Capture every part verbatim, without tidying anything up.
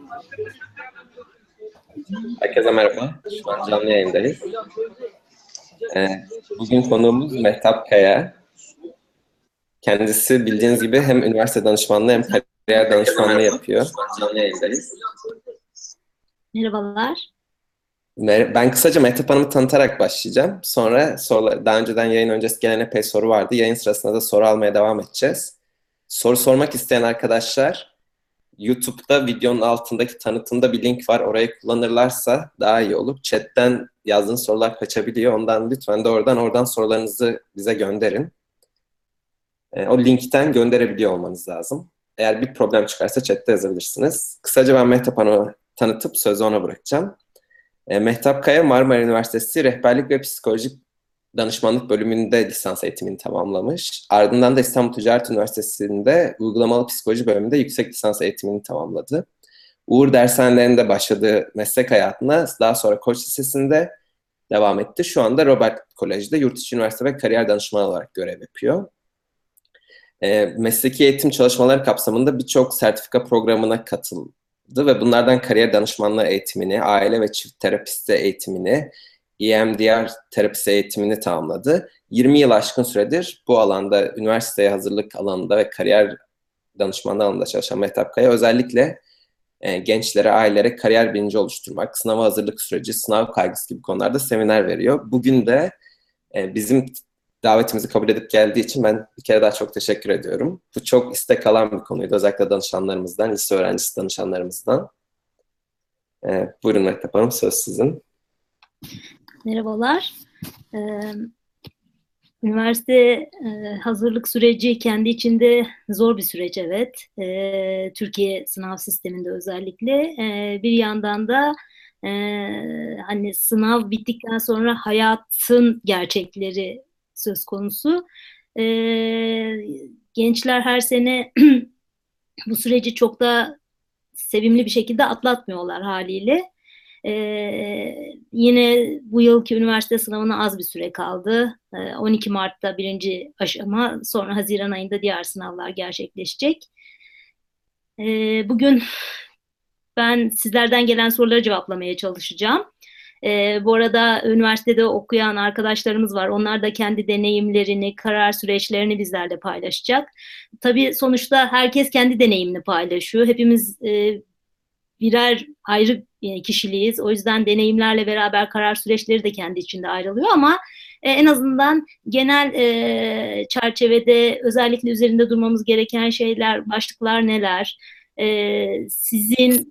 Herkese merhaba. Şu an canlı yayındayız. Ee, bugün konuğumuz Mehtap Kaya. Kendisi bildiğiniz gibi hem üniversite danışmanlığı hem kariyer danışmanlığı yapıyor. Canlı yayındayız. Merhabalar. Ben kısaca Mehtap Hanım'ı tanıtarak başlayacağım. Sonra sorular, daha önceden yayın öncesi gelen epey soru vardı. Yayın sırasında da soru almaya devam edeceğiz. Soru sormak isteyen arkadaşlar YouTube'da videonun altındaki tanıtımda bir link var. Orayı kullanırlarsa daha iyi olur. Chat'ten yazdığınız sorular kaçabiliyor. Ondan lütfen de oradan oradan sorularınızı bize gönderin. E, o linkten gönderebiliyor olmanız lazım. Eğer bir problem çıkarsa chat'te yazabilirsiniz. Kısaca ben Mehtap Hanım'ı tanıtıp sözü ona bırakacağım. E, Mehtap Kaya Marmara Üniversitesi Rehberlik ve Psikoloji Danışmanlık bölümünde lisans eğitimini tamamlamış. Ardından da İstanbul Ticaret Üniversitesi'nde uygulamalı psikoloji bölümünde yüksek lisans eğitimini tamamladı. Uğur dershanelerinde başladığı meslek hayatına daha sonra Koç Lisesi'nde devam etti. Şu anda Robert Kolej'de yurt içi üniversite ve kariyer danışmanı olarak görev yapıyor. E, mesleki eğitim çalışmaları kapsamında birçok sertifika programına katıldı ve bunlardan kariyer danışmanlığı eğitimini, aile ve çift terapisti eğitimini, E M D R terapisi eğitimini tamamladı. yirmi yıl aşkın süredir bu alanda, üniversiteye hazırlık alanında ve kariyer danışmanlığı alanında çalışan Mehtap Kaya özellikle e, gençlere, ailelere kariyer bilinci oluşturmak, sınava hazırlık süreci, sınav kaygısı gibi konularda seminer veriyor. Bugün de e, bizim davetimizi kabul edip geldiği için ben bir kere daha çok teşekkür ediyorum. Bu çok istek alan bir konuydu, özellikle danışanlarımızdan, lise öğrencisi danışanlarımızdan. E, buyurun Mehtap Hanım, söz sizin. Merhabalar. Ee, üniversite e, hazırlık süreci kendi içinde zor bir süreç, evet. Ee, Türkiye sınav sisteminde özellikle. Ee, bir yandan da e, hani sınav bittikten sonra hayatın gerçekleri söz konusu. Ee, gençler her sene bu süreci çok da sevimli bir şekilde atlatmıyorlar haliyle. Ee, yine bu yılki üniversite sınavına az bir süre kaldı. Ee, on iki Mart'ta birinci aşama, sonra Haziran ayında diğer sınavlar gerçekleşecek. Ee, bugün ben sizlerden gelen soruları cevaplamaya çalışacağım. Ee, bu arada üniversitede okuyan arkadaşlarımız var. Onlar da kendi deneyimlerini, karar süreçlerini bizlerle paylaşacak. Tabii sonuçta herkes kendi deneyimini paylaşıyor. Hepimiz e, birer ayrı kişiliğiz. O yüzden deneyimlerle beraber karar süreçleri de kendi içinde ayrılıyor ama e, en azından genel e, çerçevede özellikle üzerinde durmamız gereken şeyler, başlıklar neler? E, sizin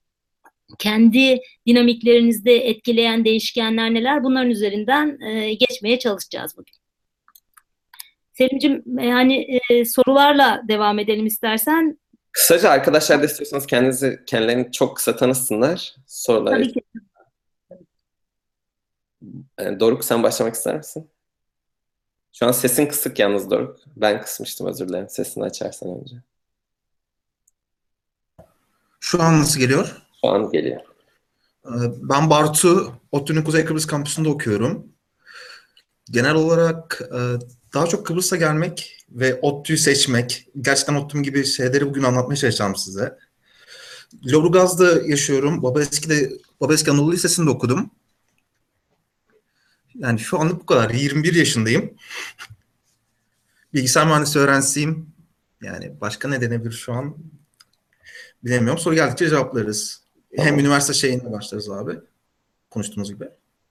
kendi dinamiklerinizde etkileyen değişkenler neler? Bunların üzerinden e, geçmeye çalışacağız bugün. Selim'ciğim, yani e, sorularla devam edelim istersen. Kısaca arkadaşlar da istiyorsanız kendinizi, kendilerini çok kısa tanısınlar. Sorulara. Tabii ki. Yani Doruk, sen başlamak ister misin? Şu an sesin kısık yalnız Doruk. Ben kısmıştım, özür dilerim. Sesini açarsan önce. Şu an nasıl geliyor? Şu an geliyor. Ben Bartu, ODTÜ'nün Kuzey Kıbrıs kampüsünde okuyorum. Genel olarak daha çok Kıbrıs'a gelmek ve ODTÜ'yü seçmek, gerçekten ODTÜ'm gibi şeyleri bugün anlatmaya çalışacağım size. Lüleburgaz'da yaşıyorum. Babaeski'de, Babaeski Anadolu Lisesi'nde okudum. Yani şu anlık bu kadar. yirmi bir yaşındayım. Bilgisayar mühendisliği öğrencisiyim. Yani başka ne denebilir şu an bilemiyorum. Soru geldikçe cevaplarız. Tamam. Hem üniversite şeyine başlarız abi. Konuştuğumuz gibi.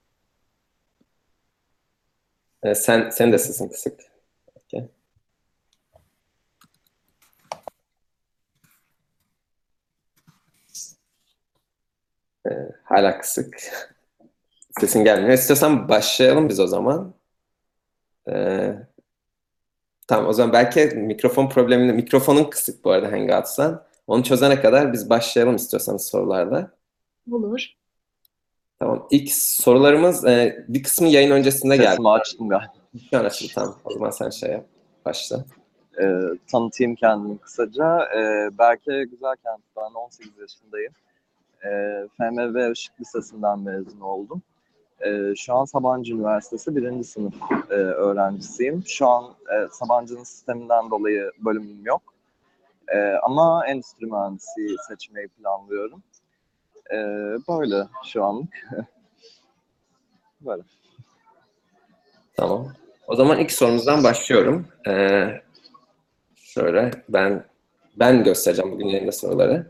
Ee, sen, sen de sesin kısık. Okay. Ee, hala kısık. Sesin gelmiyor. İstiyorsan başlayalım biz o zaman. Ee, tamam, o zaman belki mikrofon problemini, mikrofonun kısık bu arada Hangout'san. Onu çözene kadar biz başlayalım istiyorsanız sorularla. Olur. Tamam. İlk sorularımız e, bir kısmı yayın öncesinde geldi. Sesimi açtım galiba. Şu an açıldı, tamam. O zaman sen şey yap. Başla. E, tanıtayım kendimi kısaca. E, Berke Güzelkent, ben on sekiz yaşındayım. E, F M V Işık Lisesi'nden mezun oldum. E, şu an Sabancı Üniversitesi birinci sınıf e, öğrencisiyim. Şu an e, Sabancı'nın sisteminden dolayı bölümüm yok. E, ama endüstri mühendisi seçmeyi planlıyorum. Ee, böyle şu anlık. Böyle. Tamam. O zaman ilk sorumuzdan başlıyorum. Ee, şöyle ben ben göstereceğim bugün yayında soruları.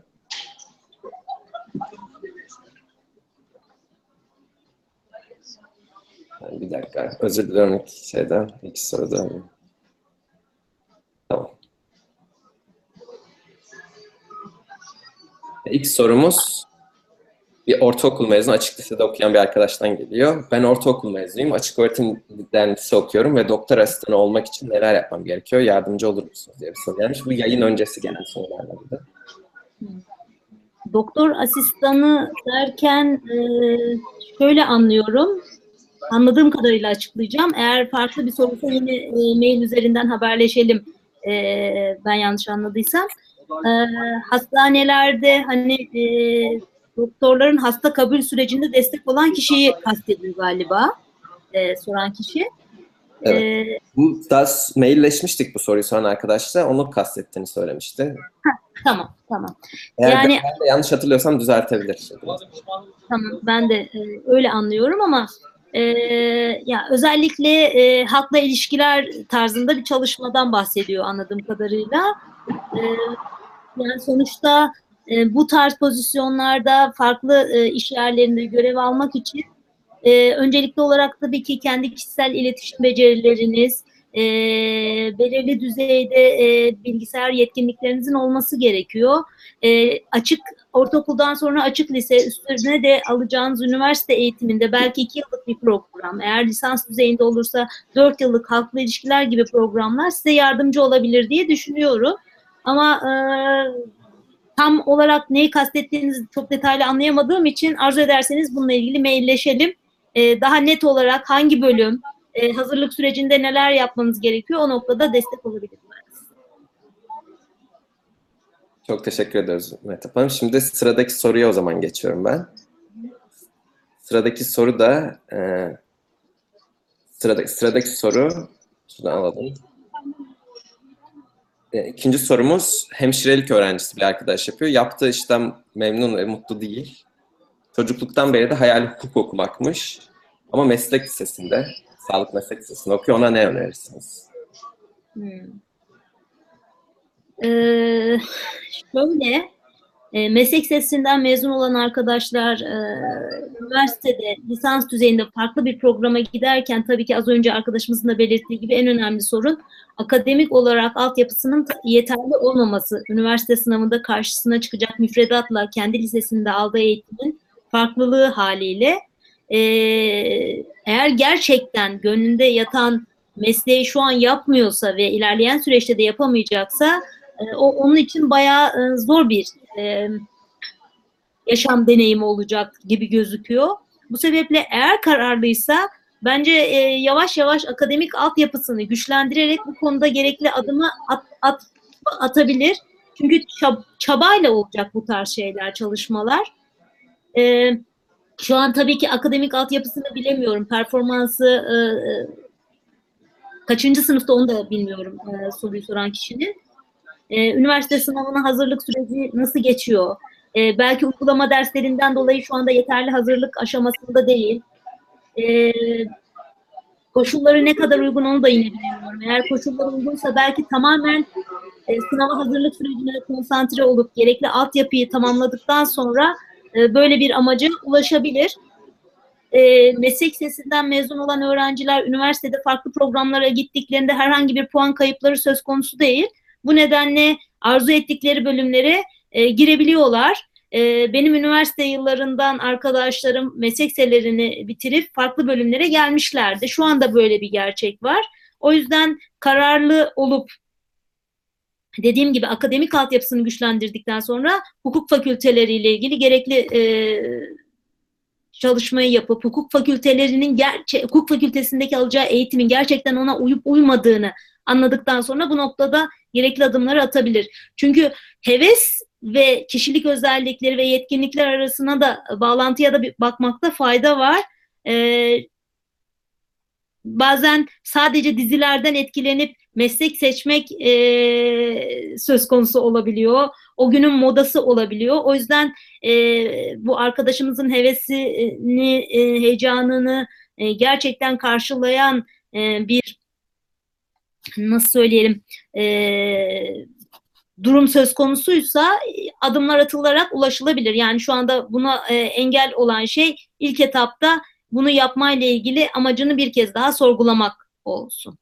Yani bir dakika. Özür diliyorum ilk şeyden. İlk sorudan. Tamam. İlk sorumuz bir ortaokul mezunu, açık lisede okuyan bir arkadaştan geliyor. Ben ortaokul mezunuyum, açık öğretim lise okuyorum ve doktor asistanı olmak için neler yapmam gerekiyor? Yardımcı olur musunuz diye bir soru gelmiş. Bu yayın öncesi gelen sorulardan. Doktor asistanı derken e, şöyle anlıyorum. Anladığım kadarıyla açıklayacağım. Eğer farklı bir soruysa yine e, mail üzerinden haberleşelim. E, ben yanlış anladıysam. E, hastanelerde hani e, doktorların hasta kabul sürecinde destek olan kişiyi kastediyor galiba. E, soran kişi. Evet. E, Bu daha mailleşmiştik bu soruyu soran arkadaşla. Onu kastettiğini söylemişti. tamam, tamam. Eğer Yani ben, ben de yanlış hatırlıyorsam düzeltebilir. tamam, ben de e, öyle anlıyorum ama e, ya özellikle e, halkla ilişkiler tarzında bir çalışmadan bahsediyor anladığım kadarıyla. E, yani sonuçta e, bu tarz pozisyonlarda farklı e, iş yerlerinde görev almak için e, öncelikli olarak tabii ki kendi kişisel iletişim becerileriniz, e, belirli düzeyde e, bilgisayar yetkinliklerinizin olması gerekiyor. E, açık ortaokuldan sonra açık lise, üstüne de alacağınız üniversite eğitiminde belki iki yıllık bir program, eğer lisans düzeyinde olursa dört yıllık halkla ilişkiler gibi programlar size yardımcı olabilir diye düşünüyorum. Ama e, tam olarak neyi kastettiğinizi çok detaylı anlayamadığım için arzu ederseniz bununla ilgili mailleşelim. E, daha net olarak hangi bölüm, e, hazırlık sürecinde neler yapmanız gerekiyor o noktada destek olabilirim. Çok teşekkür ederiz Mehtap Hanım. Şimdi sıradaki soruya o zaman geçiyorum ben. Sıradaki soru da e, sıradaki, sıradaki soru şuradan alalım. E, ikinci sorumuz hemşirelik öğrencisi bir arkadaş yapıyor. Yaptığı işten memnun ve mutlu değil. Çocukluktan beri de hayali hukuk okumakmış. Ama meslek lisesinde, sağlık meslek lisesinde okuyor. Ona ne önerirsiniz? Hmm. Ee, şöyle, e, meslek lisesinden mezun olan arkadaşlar e, üniversitede lisans düzeyinde farklı bir programa giderken tabii ki az önce arkadaşımızın da belirttiği gibi en önemli sorun akademik olarak altyapısının yeterli olmaması. Üniversite sınavında karşısına çıkacak müfredatla kendi lisesinde aldığı eğitimin farklılığı haliyle e, eğer gerçekten gönlünde yatan mesleği şu an yapmıyorsa ve ilerleyen süreçte de yapamayacaksa e, o onun için bayağı e, zor bir e, yaşam deneyimi olacak gibi gözüküyor. Bu sebeple eğer kararlıysa bence e, yavaş yavaş akademik altyapısını güçlendirerek bu konuda gerekli adımı at, at, atabilir. Çünkü çab, çabayla olacak bu tarz şeyler, çalışmalar. E, şu an tabii ki akademik altyapısını bilemiyorum. Performansı e, kaçıncı sınıfta onu da bilmiyorum e, soruyu soran kişinin. E, üniversite sınavına hazırlık süreci nasıl geçiyor? E, belki uygulama derslerinden dolayı şu anda yeterli hazırlık aşamasında değil. E, koşulları ne kadar uygun onu da yine bilmiyorum. Eğer koşullar uygunsa belki tamamen e, sınava hazırlık sürecine konsantre olup gerekli altyapıyı tamamladıktan sonra e, böyle bir amaca ulaşabilir. E, meslek lisesinden mezun olan öğrenciler üniversitede farklı programlara gittiklerinde herhangi bir puan kayıpları söz konusu değil. Bu nedenle arzu ettikleri bölümlere e, girebiliyorlar. E, benim üniversite yıllarından arkadaşlarım meslek liselerini bitirip farklı bölümlere gelmişlerdi. Şu anda böyle bir gerçek var. O yüzden kararlı olup dediğim gibi akademik altyapısını güçlendirdikten sonra hukuk fakülteleriyle ilgili gerekli e, çalışmayı yapıp hukuk fakültelerinin gerçek hukuk fakültesindeki alacağı eğitimin gerçekten ona uyup uymadığını anladıktan sonra bu noktada gerekli adımları atabilir. Çünkü heves ve kişilik özellikleri ve yetkinlikler arasına da bağlantıya da bir bakmakta fayda var. Ee, bazen sadece dizilerden etkilenip meslek seçmek e, söz konusu olabiliyor. O günün modası olabiliyor. O yüzden e, bu arkadaşımızın hevesini, e, heyecanını e, gerçekten karşılayan e, bir, nasıl söyleyelim, e, durum söz konusuysa adımlar atılarak ulaşılabilir. Yani şu anda buna e, engel olan şey ilk etapta bunu yapmayla ilgili amacını bir kez daha sorgulamak olsun.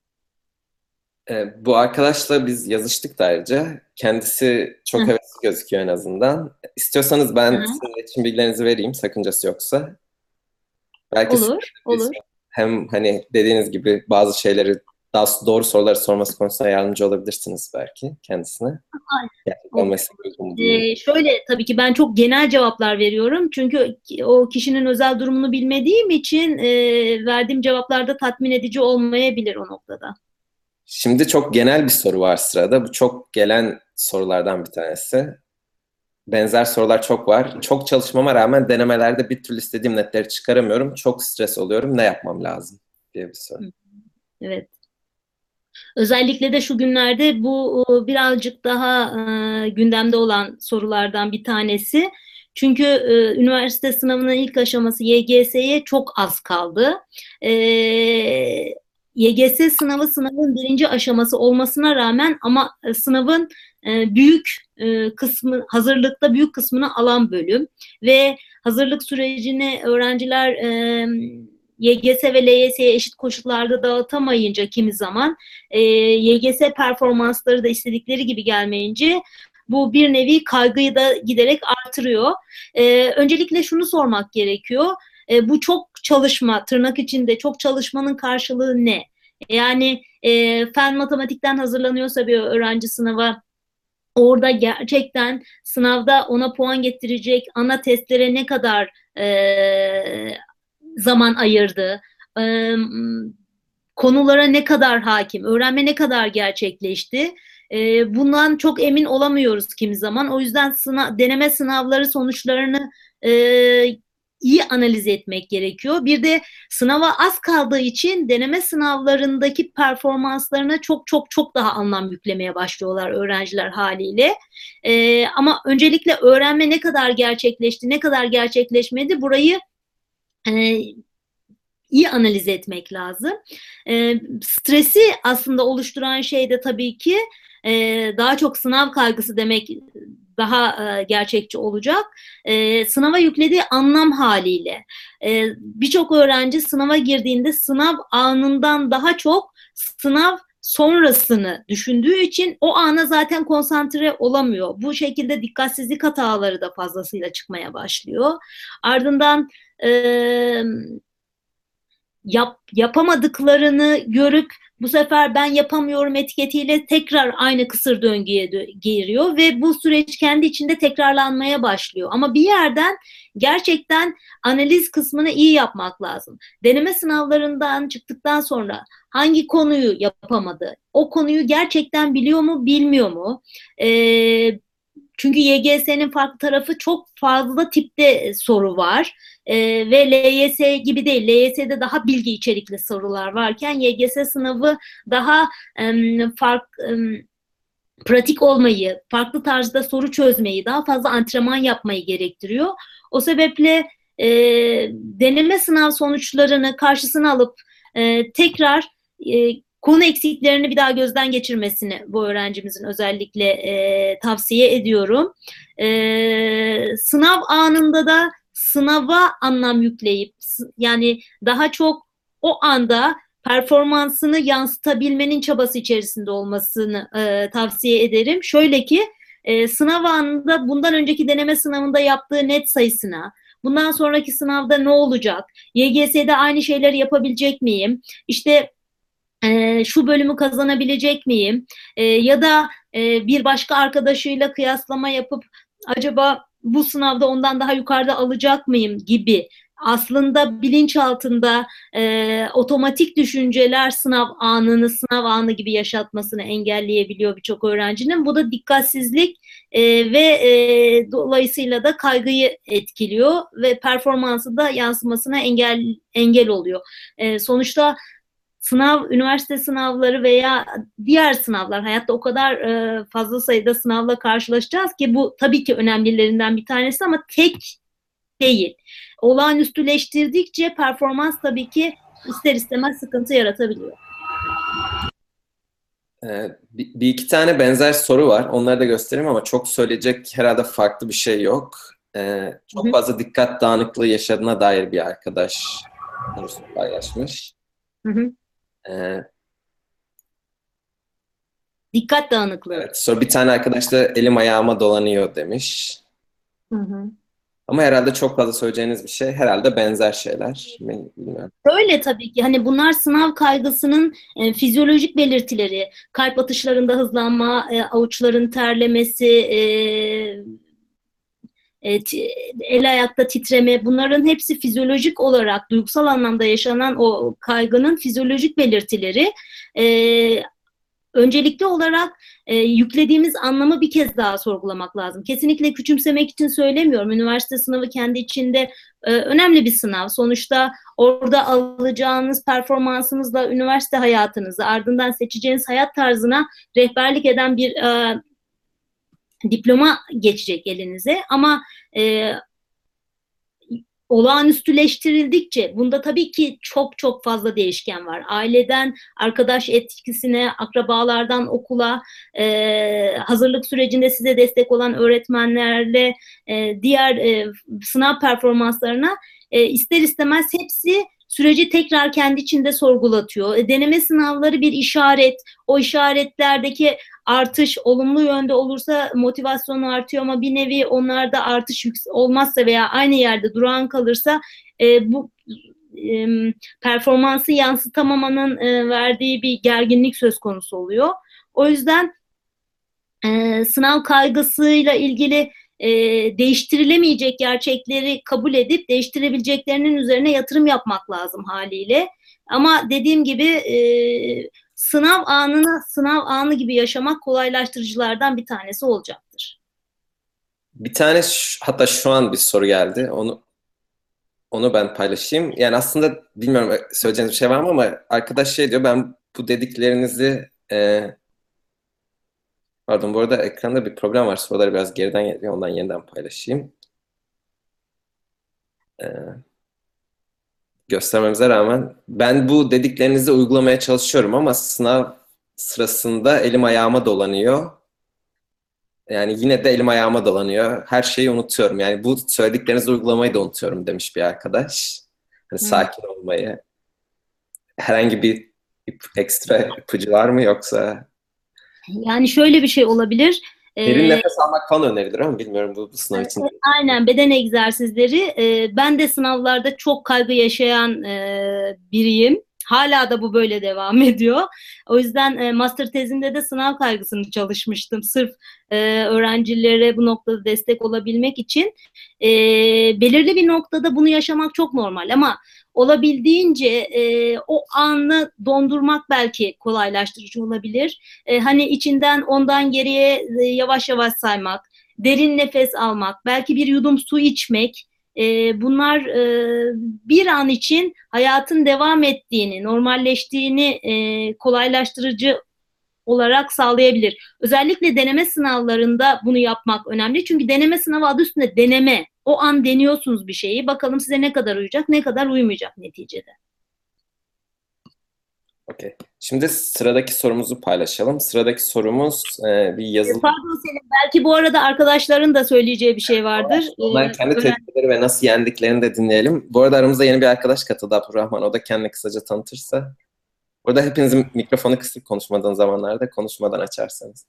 E, bu arkadaşla biz yazıştık da ayrıca. Kendisi çok Hı. hevesli gözüküyor en azından. İstiyorsanız ben Hı. sizin iletişim bilgilerinizi vereyim, sakıncası yoksa. Belki siz Olur, olur. hem hani dediğiniz gibi bazı şeyleri, daha doğru soruları sorması konusunda yardımcı olabilirsiniz belki kendisine. Aynen. Gerçekten meslek uygun değil. Ee, şöyle, tabii ki ben çok genel cevaplar veriyorum. Çünkü o kişinin özel durumunu bilmediğim için e, verdiğim cevaplarda tatmin edici olmayabilir o noktada. Şimdi çok genel bir soru var sırada. Bu çok gelen sorulardan bir tanesi. Benzer sorular çok var. Çok çalışmama rağmen denemelerde bir türlü istediğim netleri çıkaramıyorum. Çok stres oluyorum. Ne yapmam lazım diye bir soru. Evet. Özellikle de şu günlerde bu birazcık daha e, gündemde olan sorulardan bir tanesi. Çünkü e, üniversite sınavının ilk aşaması Y G S'ye çok az kaldı. E, Y G S sınavı sınavın birinci aşaması olmasına rağmen ama sınavın e, büyük e, kısmı, hazırlıkta büyük kısmını alan bölüm ve hazırlık sürecini öğrenciler e, Y G S ve L Y S'ye eşit koşullarda dağıtamayınca kimi zaman e, Y G S performansları da istedikleri gibi gelmeyince bu bir nevi kaygıyı da giderek artırıyor. E, öncelikle şunu sormak gerekiyor. E, bu çok çalışma, tırnak içinde çok çalışmanın karşılığı ne? Yani e, fen matematikten hazırlanıyorsa bir öğrenci sınava, orada gerçekten sınavda ona puan getirecek ana testlere ne kadar e, zaman ayırdı, e, konulara ne kadar hakim, öğrenme ne kadar gerçekleşti, e, bundan çok emin olamıyoruz kimi zaman. O yüzden sınav, deneme sınavları sonuçlarını e, iyi analiz etmek gerekiyor. Bir de sınava az kaldığı için deneme sınavlarındaki performanslarına çok çok çok daha anlam yüklemeye başlıyorlar öğrenciler haliyle. E, ama öncelikle öğrenme ne kadar gerçekleşti, ne kadar gerçekleşmedi, burayı e, iyi analiz etmek lazım. E, stresi aslında oluşturan şey de tabii ki e, daha çok sınav kaygısı demek daha e, gerçekçi olacak. E, sınava yüklediği anlam haliyle. E, Birçok öğrenci sınava girdiğinde sınav anından daha çok sınav sonrasını düşündüğü için o ana zaten konsantre olamıyor. Bu şekilde dikkatsizlik hataları da fazlasıyla çıkmaya başlıyor. Ardından e, Yap, yapamadıklarını görüp bu sefer ben yapamıyorum etiketiyle tekrar aynı kısır döngüye giriyor ve bu süreç kendi içinde tekrarlanmaya başlıyor. Ama bir yerden gerçekten analiz kısmını iyi yapmak lazım. Deneme sınavlarından çıktıktan sonra hangi konuyu yapamadı? O konuyu gerçekten biliyor mu, bilmiyor mu? Ee, Çünkü Y G S'nin farklı tarafı, çok fazla tipte soru var. Ee, ve L Y S gibi değil. L Y S'de daha bilgi içerikli sorular varken Y G S sınavı daha um, fark, um, pratik olmayı, farklı tarzda soru çözmeyi, daha fazla antrenman yapmayı gerektiriyor. O sebeple e, deneme sınav sonuçlarını karşısına alıp e, tekrar e, konu eksiklerini bir daha gözden geçirmesini bu öğrencimizin özellikle e, tavsiye ediyorum. E, sınav anında da sınava anlam yükleyip, yani daha çok o anda performansını yansıtabilmenin çabası içerisinde olmasını e, tavsiye ederim. Şöyle ki e, sınav anında bundan önceki deneme sınavında yaptığı net sayısına, bundan sonraki sınavda ne olacak, Y G S'de aynı şeyleri yapabilecek miyim, İşte e, şu bölümü kazanabilecek miyim, e, ya da e, bir başka arkadaşıyla kıyaslama yapıp acaba bu sınavda ondan daha yukarıda alacak mıyım gibi, aslında bilinçaltında e, otomatik düşünceler sınav anını sınav anı gibi yaşatmasını engelleyebiliyor birçok öğrencinin. Bu da dikkatsizlik e, ve e, dolayısıyla da kaygıyı etkiliyor ve performansı da yansımasına engel engel oluyor. E, sonuçta sınav, üniversite sınavları veya diğer sınavlar, hayatta o kadar e, fazla sayıda sınavla karşılaşacağız ki bu tabii ki önemlilerinden bir tanesi ama tek değil. Olağanüstüleştirdikçe performans tabii ki ister istemez sıkıntı yaratabiliyor. Ee, bir, bir iki tane benzer soru var. Onları da göstereyim ama çok söyleyecek herhalde farklı bir şey yok. Ee, çok fazla dikkat dağınıklığı yaşadığına dair bir arkadaş sorusu paylaşmış. Hı hı. Ee, Dikkat dağınıklığı. evet, sonra bir tane arkadaş da elim ayağıma dolanıyor demiş. Hı hı. Ama herhalde çok fazla söyleyeceğiniz bir şey. Herhalde benzer şeyler. Bilmiyorum. Öyle tabii ki. Hani bunlar sınav kaygısının e, fizyolojik belirtileri. Kalp atışlarında hızlanma, e, avuçların terlemesi, e, e, t- el ayakta titreme. Bunların hepsi fizyolojik olarak duygusal anlamda yaşanan o kaygının fizyolojik belirtileri. E, Öncelikli olarak e, yüklediğimiz anlamı bir kez daha sorgulamak lazım. Kesinlikle küçümsemek için söylemiyorum. Üniversite sınavı kendi içinde e, önemli bir sınav. Sonuçta orada alacağınız performansınızla üniversite hayatınızı, ardından seçeceğiniz hayat tarzına rehberlik eden bir e, diploma geçecek elinize. Ama e, olağanüstüleştirildikçe bunda tabii ki çok çok fazla değişken var. Aileden arkadaş etkisine, akrabalardan okula, e, hazırlık sürecinde size destek olan öğretmenlerle e, diğer e, sınav performanslarına e, ister istemez hepsi süreci tekrar kendi içinde sorgulatıyor. E, deneme sınavları bir işaret. O işaretlerdeki artış olumlu yönde olursa motivasyonu artıyor ama bir nevi onlarda artış olmazsa veya aynı yerde durağan kalırsa e, bu e, performansı yansıtamamanın e, verdiği bir gerginlik söz konusu oluyor. O yüzden e, sınav kaygısıyla ilgili e, değiştirilemeyecek gerçekleri kabul edip değiştirebileceklerinin üzerine yatırım yapmak lazım haliyle. Ama dediğim gibi e, sınav anını sınav anı gibi yaşamak kolaylaştırıcılardan bir tanesi olacaktır. Bir tane şu- hatta şu an bir soru geldi. Onu onu ben paylaşayım. Yani aslında bilmiyorum söyleyeceğiniz bir şey var mı ama arkadaş şey diyor, ben bu dediklerinizi e, pardon, bu arada ekranda bir problem var. Soruları biraz geriden geliyor. Ondan yeniden paylaşayım. E, göstermemize rağmen ben bu dediklerinizi uygulamaya çalışıyorum ama sınav sırasında elim ayağıma dolanıyor. Yani yine de elim ayağıma dolanıyor. Her şeyi unutuyorum. Yani bu söylediklerinizi uygulamayı da unutuyorum demiş bir arkadaş. Hani Hı. sakin olmayı. Herhangi bir ip- ekstra ipucu var mı yoksa? Yani şöyle bir şey olabilir. Derin Ee, nefes almak falan önerilir ama bilmiyorum bu, bu sınav için. Aynen, beden egzersizleri. Ee, ben de sınavlarda çok kaygı yaşayan e, biriyim. Hala da bu böyle devam ediyor. O yüzden e, master tezimde de sınav kaygısını çalışmıştım. Sırf e, öğrencilere bu noktada destek olabilmek için. E, belirli bir noktada bunu yaşamak çok normal ama olabildiğince e, o anı dondurmak belki kolaylaştırıcı olabilir. E, hani içinden ondan geriye e, yavaş yavaş saymak, derin nefes almak, belki bir yudum su içmek, e, bunlar e, bir an için hayatın devam ettiğini, normalleştiğini e, kolaylaştırıcı olarak sağlayabilir. Özellikle deneme sınavlarında bunu yapmak önemli. Çünkü deneme sınavı adı üstünde deneme. O an deniyorsunuz bir şeyi. Bakalım size ne kadar uyacak, ne kadar uymayacak neticede. Okay. Şimdi sıradaki sorumuzu paylaşalım. Sıradaki sorumuz e, bir yazılı. Pardon Selim, belki bu arada arkadaşların da söyleyeceği bir şey vardır. Onların Ee, kendi öğren- tecrübeleri ve nasıl yendiklerini de dinleyelim. Bu arada aramıza yeni bir arkadaş katıldı, Abdurrahman. O da kendini kısaca tanıtırsa. Burada hepinizin mikrofonu kısık konuşmadığın zamanlarda konuşmadan açarsanız.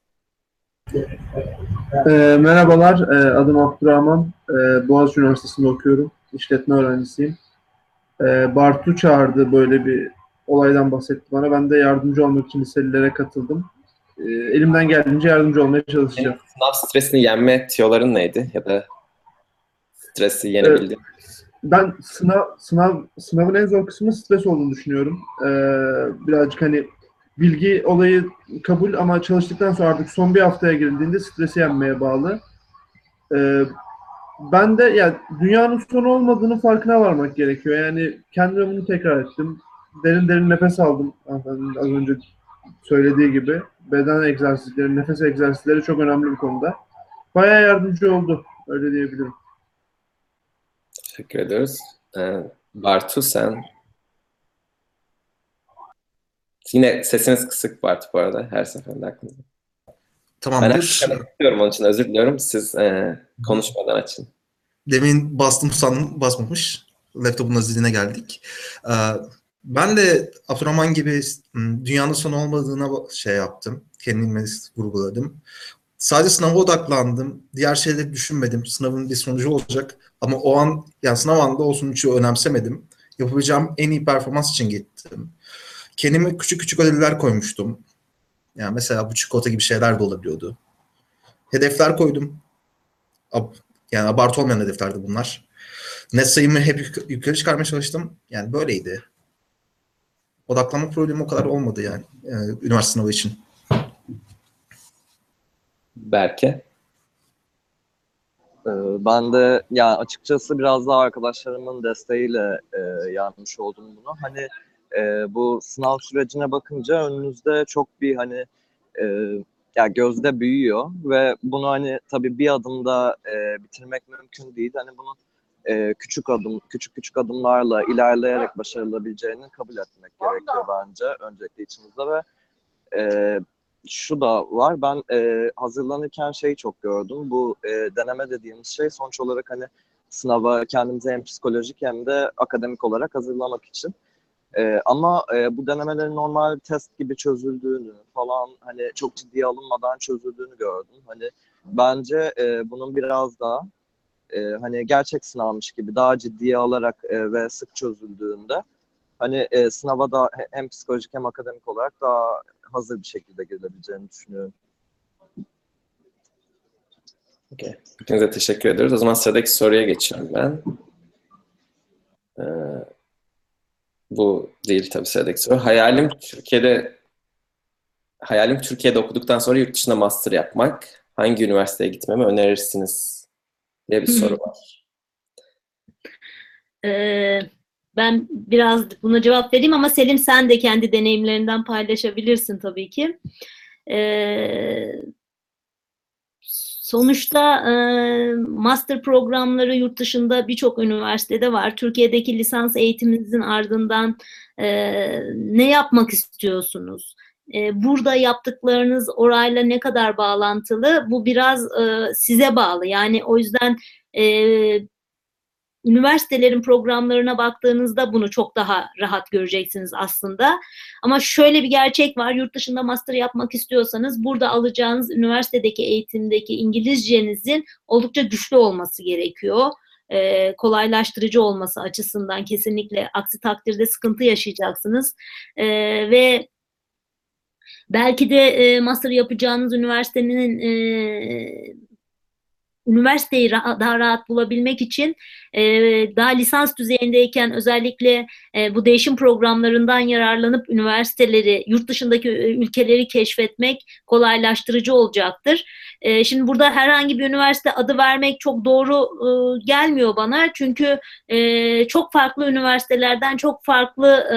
E, merhabalar, e, adım Abdurrahman. E, Boğaziçi Üniversitesi'nde okuyorum. İşletme öğrencisiyim. E, Bartu çağırdı, böyle bir olaydan bahsetti bana. Ben de yardımcı olmak için liselilere katıldım. E, elimden geldiğince yardımcı olmaya çalışacağım. Senin sınav stresini yenme tiyoların neydi? Ya da stresi yenebildin? Ben sınav, sınav sınavın en zor kısmı stres olduğunu düşünüyorum. E, birazcık hani bilgi olayı kabul ama çalıştıktan sonra artık son bir haftaya girildiğinde stresi yenmeye bağlı. E, Ben de yani dünyanın sonu olmadığını farkına varmak gerekiyor. Yani kendime bunu tekrar ettim. derin derin nefes aldım. Hanımefendinin az önce söylediği gibi. Beden egzersizleri, nefes egzersizleri çok önemli bir konuda. Bayağı yardımcı oldu. Öyle diyebilirim. Teşekkür ederiz. Ee, Bartu sen. Yine sesiniz kısık Bartu bu arada. Her seferinde aklınızda. Ben Tamamdır. açıklamak istiyorum, onun için özür diliyorum. Siz e, konuşmadan açın. Demin bastım sandım basmamış. Laptopun azizliğine geldik. Ee, ben de Abdurrahman gibi m, dünyanın sonu olmadığına ba- şey yaptım. Kendime vurguladım. Sadece sınava odaklandım. Diğer şeyleri düşünmedim. Sınavın bir sonucu olacak. Ama o an, yani sınav anında o sonucu önemsemedim. Yapabileceğim en iyi performans için gittim. Kendime küçük küçük ödevler koymuştum. Yani mesela bu çikolata gibi şeyler de olabiliyordu. Hedefler koydum. Ab- Yani abartı olmayan hedeflerdi bunlar. Net sayımı hep yuk- yukarı çıkarmaya çalıştım. Yani böyleydi. Odaklanma problemi o kadar olmadı yani e, üniversite sınavı için. Berke. Ee, Ben de yani açıkçası biraz daha arkadaşlarımın desteğiyle e, yapmış oldum bunu. Hani e, bu sınav sürecine bakınca önünüzde çok bir hani e, ya gözde büyüyor ve bunu hani tabii bir adımda e, bitirmek mümkün değil. Hani bunu e, küçük adım küçük küçük adımlarla ilerleyerek başarılabileceğini kabul etmek gerekiyor bence öncelikle içimizde ve e, şu da var. Ben e, hazırlanırken şeyi çok gördüm. Bu e, deneme dediğimiz şey sonuç olarak hani sınava kendimizi hem psikolojik hem de akademik olarak hazırlamak için. E, ama e, bu denemelerin normal bir test gibi çözüldüğünü falan hani çok ciddiye alınmadan çözüldüğünü gördüm. Hani bence e, bunun biraz daha e, hani gerçek sınavmış gibi daha ciddiye alarak e, ve sık çözüldüğünde hani e, sınava da he- hem psikolojik hem akademik olarak daha hazır bir şekilde girilebileceğini düşünüyorum. Okay. Hepinize teşekkür ederiz. O zaman sıradaki soruya geçiyorum ben. Ee, bu değil tabii sıradaki soru. Hayalim Türkiye'de hayalim Türkiye'de okuduktan sonra yurt dışında master yapmak. Hangi üniversiteye gitmemi önerirsiniz diye bir soru var. Ee, ben biraz buna cevap vereyim ama Selim sen de kendi deneyimlerinden paylaşabilirsin tabii ki. Ee, sonuçta e, master programları yurt dışında birçok üniversitede var. Türkiye'deki lisans eğitiminizin ardından e, ne yapmak istiyorsunuz? E, burada yaptıklarınız orayla ne kadar bağlantılı? Bu biraz e, size bağlı. Yani o yüzden e, üniversitelerin programlarına baktığınızda bunu çok daha rahat göreceksiniz aslında. Ama şöyle bir gerçek var. Yurt dışında master yapmak istiyorsanız burada alacağınız üniversitedeki eğitimdeki İngilizcenizin oldukça güçlü olması gerekiyor. Ee, kolaylaştırıcı olması açısından kesinlikle. Aksi takdirde sıkıntı yaşayacaksınız. Ee, ve belki de e, master yapacağınız üniversitenin e, üniversiteyi ra- daha rahat bulabilmek için e, daha lisans düzeyindeyken özellikle e, bu değişim programlarından yararlanıp üniversiteleri, yurt dışındaki e, ülkeleri keşfetmek kolaylaştırıcı olacaktır. E, şimdi burada herhangi bir üniversite adı vermek çok doğru e, gelmiyor bana. Çünkü e, çok farklı üniversitelerden çok farklı e,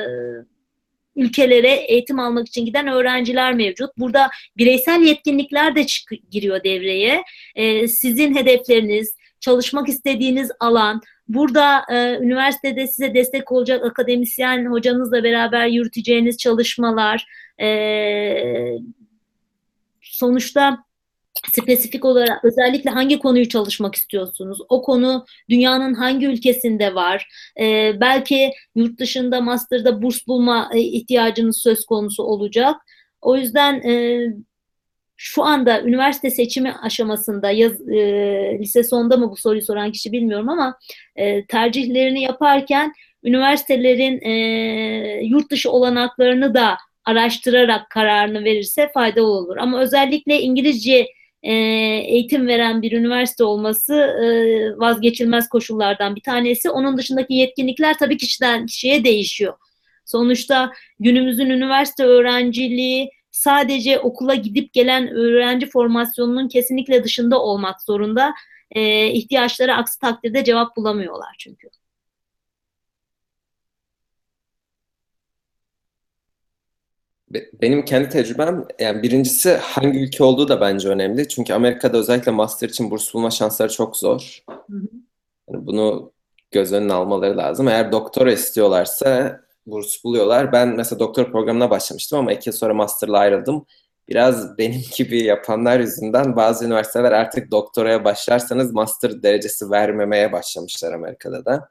ülkelere eğitim almak için giden öğrenciler mevcut. Burada bireysel yetkinlikler de çık- giriyor devreye. Ee, sizin hedefleriniz, çalışmak istediğiniz alan, burada e, üniversitede size destek olacak akademisyen hocanızla beraber yürüteceğiniz çalışmalar, e, sonuçta spesifik olarak özellikle hangi konuyu çalışmak istiyorsunuz? O konu dünyanın hangi ülkesinde var? Ee, belki yurt dışında master'da burs bulma e, ihtiyacınız söz konusu olacak. O yüzden e, şu anda üniversite seçimi aşamasında yaz, e, lise sonda mı bu soruyu soran kişi bilmiyorum ama e, tercihlerini yaparken üniversitelerin e, yurt dışı olanaklarını da araştırarak kararını verirse faydalı olur. Ama özellikle İngilizce e, eğitim veren bir üniversite olması e, vazgeçilmez koşullardan bir tanesi. Onun dışındaki yetkinlikler tabii kişiden kişiye değişiyor. Sonuçta günümüzün üniversite öğrenciliği sadece okula gidip gelen öğrenci formasyonunun kesinlikle dışında olmak zorunda. E, ihtiyaçları aksi takdirde cevap bulamıyorlar çünkü. Be- Benim kendi tecrübem, yani birincisi hangi ülke olduğu da bence önemli. Çünkü Amerika'da özellikle master için burs bulma şansları çok zor. Hı hı. Yani bunu göz önüne almaları lazım. Eğer doktora istiyorlarsa burs buluyorlar. Ben mesela doktora programına başlamıştım ama iki yıl sonra master'la ayrıldım. Biraz benim gibi yapanlar yüzünden bazı üniversiteler artık doktoraya başlarsanız master derecesi vermemeye başlamışlar Amerika'da da.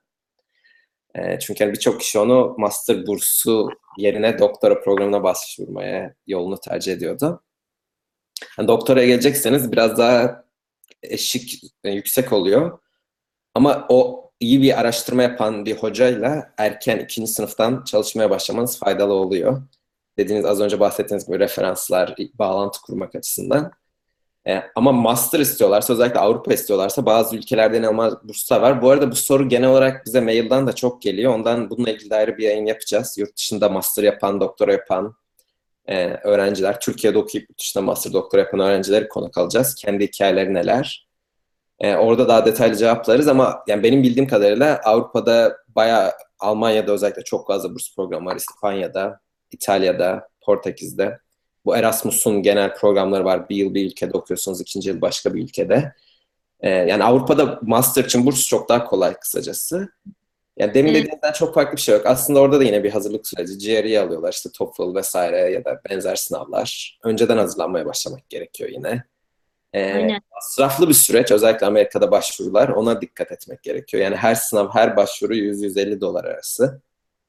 E, çünkü hani birçok kişi onu master bursu yerine doktora programına başvurmaya yolunu tercih ediyordu. Yani doktoraya gelecekseniz biraz daha eşik e, yüksek oluyor. Ama o iyi bir araştırma yapan bir hocayla erken ikinci sınıftan çalışmaya başlamanız faydalı oluyor. Dediğiniz az önce bahsettiğiniz gibi referanslar, bağlantı kurmak açısından. E, ama master istiyorlarsa, özellikle Avrupa istiyorlarsa bazı ülkelerde inanılmaz burslar var. Bu arada bu soru genel olarak bize mailden de çok geliyor. Ondan bununla ilgili de ayrı bir yayın yapacağız. Yurt dışında master yapan, doktora yapan e, öğrenciler, Türkiye'de okuyup yurt dışında master, doktora yapan öğrencileri konuk alacağız. Kendi hikayeleri neler? E, orada daha detaylı cevaplarız ama yani benim bildiğim kadarıyla Avrupa'da bayağı, Almanya'da özellikle çok fazla burs programı var. İspanya'da, İtalya'da, Portekiz'de. Bu Erasmus'un genel programları var. Bir yıl bir ülkede okuyorsunuz, ikinci yıl başka bir ülkede. E, yani Avrupa'da master için burs çok daha kolay kısacası. Yani demin Evet. dediğimden çok farklı bir şey yok. Aslında orada da yine bir hazırlık süreci. G R E alıyorlar, işte TOEFL vesaire ya da benzer sınavlar. Önceden hazırlanmaya başlamak gerekiyor yine. Ee, Aynen. masraflı bir süreç. Özellikle Amerika'da başvurular. Ona dikkat etmek gerekiyor. Yani her sınav, her başvuru yüz yüz elli dolar arası.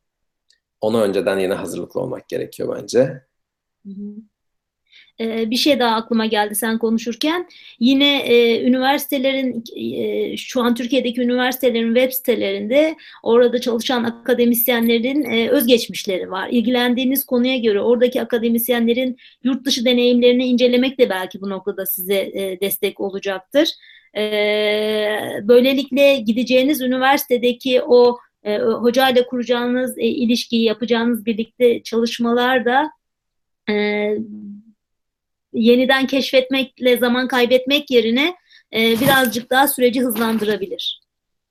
Ona önceden yine hazırlıklı olmak gerekiyor bence. Hı hı. Ee, bir şey daha aklıma geldi sen konuşurken. Yine e, üniversitelerin e, şu an Türkiye'deki üniversitelerin web sitelerinde orada çalışan akademisyenlerin e, özgeçmişleri var. İlgilendiğiniz konuya göre oradaki akademisyenlerin yurt dışı deneyimlerini incelemek de belki bu noktada size e, destek olacaktır. E, Böylelikle gideceğiniz üniversitedeki o e, hocayla kuracağınız e, ilişkiyi, yapacağınız birlikte çalışmalar da e, yeniden keşfetmekle zaman kaybetmek yerine e, birazcık daha süreci hızlandırabilir.